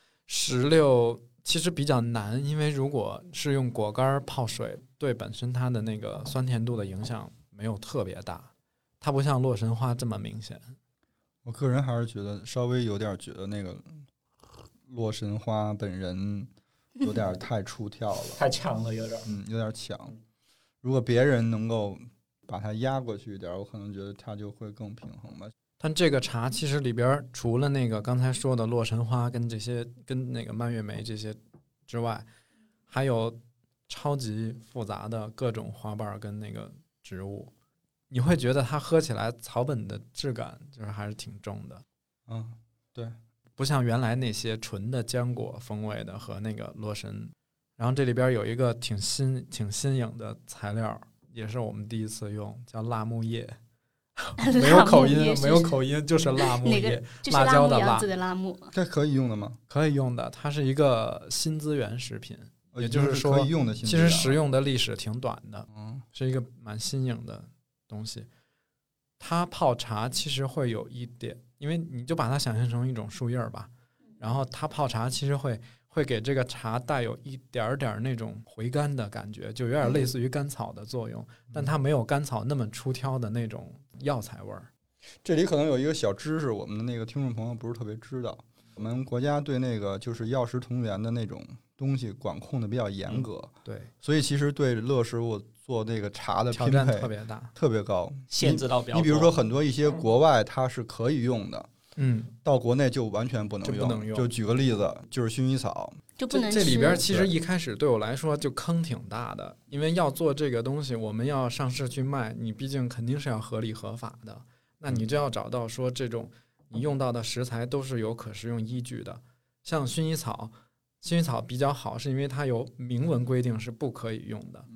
？16其实比较难，因为如果是用果干泡水，对本身它的那个酸甜度的影响没有特别大，它不像洛神花这么明显。 我个人还是觉得稍微有点觉得那个洛神花本人有点太出挑了， 太强了，有点强。如果别人能够把它压过去一点，我可能觉得它就会更平衡吧。 但这个茶其实里边除了那个刚才说的洛神花跟那个蔓越莓这些之外，还有超级复杂的各种花瓣跟那个植物，你会觉得它喝起来草本的质感就是还是挺重的。 对， 不像原来那些纯的浆果风味的和那个洛神。然后这里边有一个挺新颖的材料，也是我们第一次用，叫辣木叶。没有口音，就是辣木叶，辣椒的辣木。 这可以用的吗？ 可以用的，它是一个新资源食品，也就是说， 可以用的新资源。其实食用的历史挺短的，是一个蛮新颖的东西。它泡茶其实会有一点，因为你就把它想象成一种树叶吧，然后它泡茶其实会给这个茶带有一点点那种回甘的感觉，就有点类似于甘草的作用，但它没有甘草那么出挑的那种药材味儿。 这里可能有一个小知识，我们的那个听众朋友不是特别知道，我们国家对那个就是药食同源的那种东西管控的比较严格， 对， 所以其实对乐师傅做那个茶的挑战特别大， 特别高， 限制到比较多。 你比如说很多一些国外它是可以用的。到国内就完全不能用。就举个例子，就是薰衣草就不能吃。 这里边其实一开始对我来说就坑挺大的，因为要做这个东西，我们要上市去卖，你毕竟肯定是要合理合法的，那你就要找到说这种你用到的食材都是有可食用依据的。像薰衣草比较好，是因为它有明文规定是不可以用的，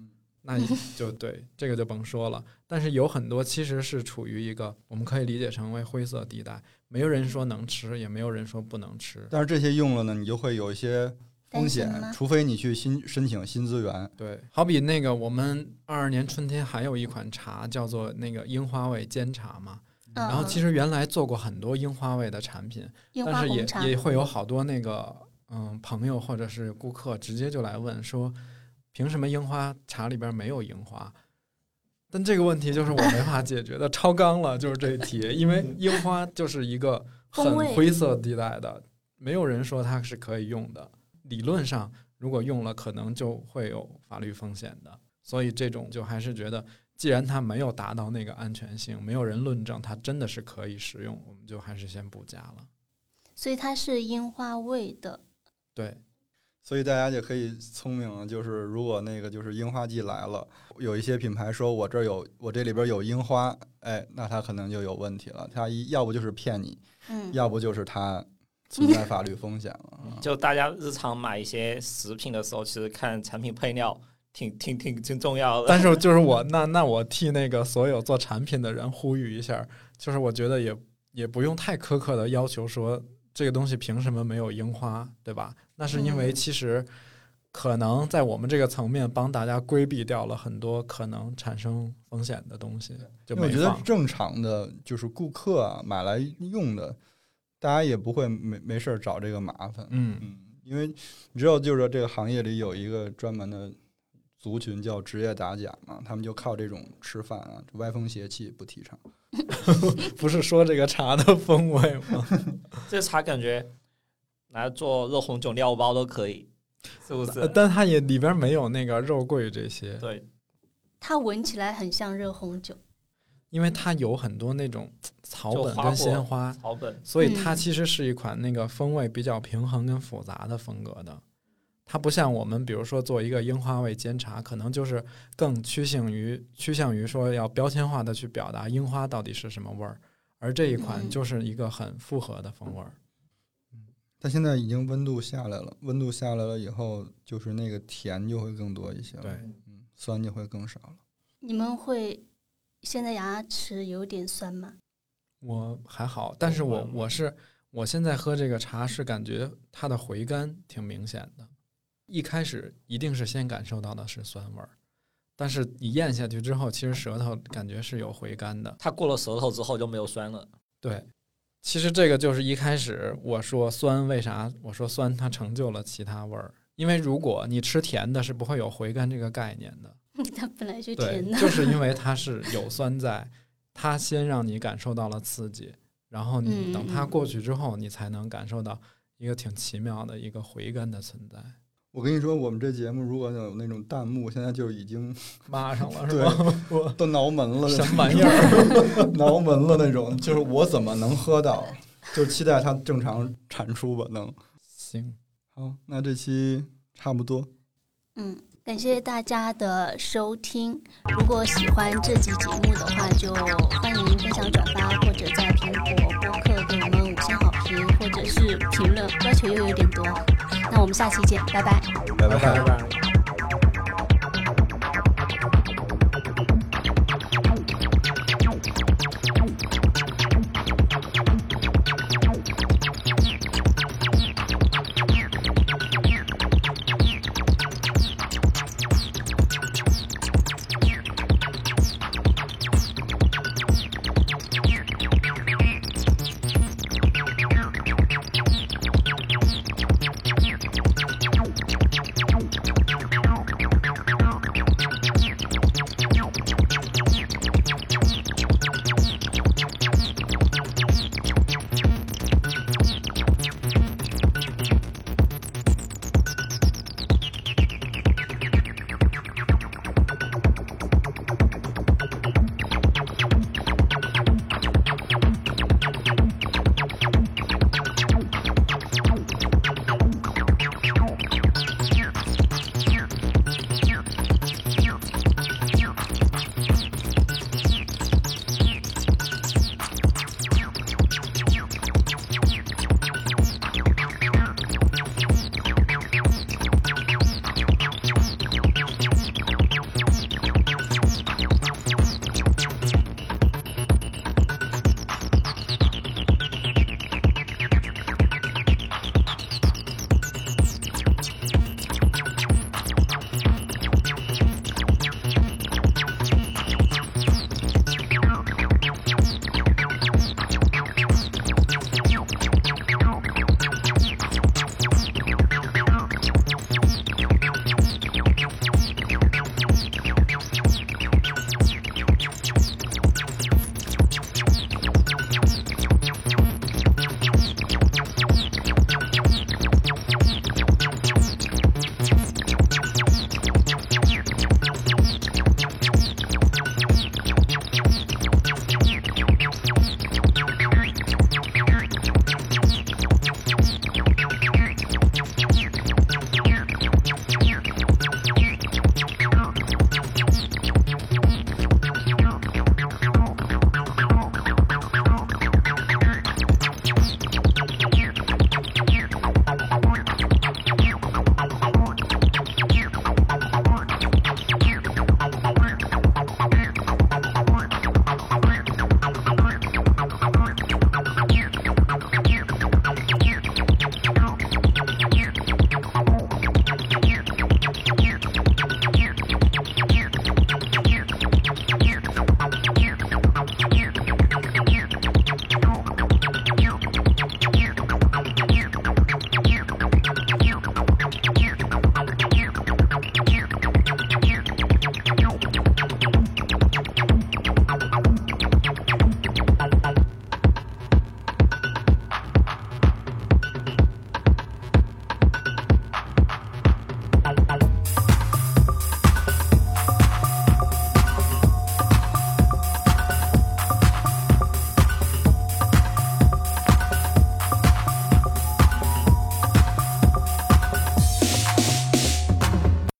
那就对，这个就甭说了。但是有很多其实是处于一个我们可以理解成为灰色地带，没有人说能吃，也没有人说不能吃。 但是这些用了呢，你就会有一些风险，除非你去申请新资源。 对，好比那个我们22年春天还有一款茶叫做那个樱花味煎茶嘛，然后其实原来做过很多樱花味的产品，但是也会有好多那个朋友或者是顾客直接就来问说，凭什么樱花茶里边没有樱花？但这个问题就是我没法解决的，超纲了，就是这一题，因为樱花就是一个很灰色地带的，没有人说它是可以用的。理论上如果用了可能就会有法律风险的，所以这种就还是觉得既然它没有达到那个安全性，没有人论证它真的是可以使用，我们就还是先不加了。 所以它是樱花味的。 对， 所以大家就可以聪明了，就是如果那个就是樱花季来了，有一些品牌说我这里边有樱花，哎，那它可能就有问题了，它要不就是骗你，要不就是它存在法律风险了。 就大家日常买一些食品的时候，其实看产品配料挺重要的。 但是就是那我替那个所有做产品的人呼吁一下，就是我觉得也不用太苛刻的要求说这个东西凭什么没有樱花，对吧？那是因为其实可能在我们这个层面帮大家规避掉了很多可能产生风险的东西，就没放。 我觉得正常的就是顾客啊买来用的，大家也不会没事找这个麻烦。因为你知道，就是这个行业里有一个专门的族群叫职业打假嘛，他们就靠这种吃饭啊，歪风邪气，不提倡。 不是说这个茶的风味吗？ 这茶感觉拿来做热红酒料包都可以，是不是？ 但它也里边没有那个肉桂这些。 对， 它闻起来很像热红酒， 因为它有很多那种草本跟鲜花， 草本， 所以它其实是一款那个风味比较平衡跟复杂的风格的。它不像我们比如说做一个樱花味煎茶，可能就是更趋向于说要标签化的去表达樱花到底是什么味儿，而这一款就是一个很复合的风味儿。 它现在已经温度下来了以后，就是那个甜就会更多一些了， 对， 酸就会更少了。 你们会现在牙齿有点酸吗？ 我还好，但是我现在喝这个茶是感觉它的回甘挺明显的。一开始一定是先感受到的是酸味儿，但是你咽下去之后，其实舌头感觉是有回甘的。 它过了舌头之后就没有酸了。 对，其实这个就是一开始我说酸，为啥我说酸它成就了其他味儿？因为如果你吃甜的是不会有回甘这个概念的。 它本来就甜的。 对，就是因为它是有酸在，它先让你感受到了刺激，然后你等它过去之后，你才能感受到一个挺奇妙的一个回甘的存在。 我跟你说，我们这节目如果有那种弹幕，现在就已经骂上了，是吧？ 都挠门了， 什么玩意儿？ 挠门了那种，就是我怎么能喝到？就期待它正常产出吧，能行。 好，那这期差不多。 感谢大家的收听。如果喜欢这集节目的话，就欢迎分享转发，或者在苹果播客给我们5星好评，或者是评论，要求又有点多。那我们下期见，拜拜。 拜拜。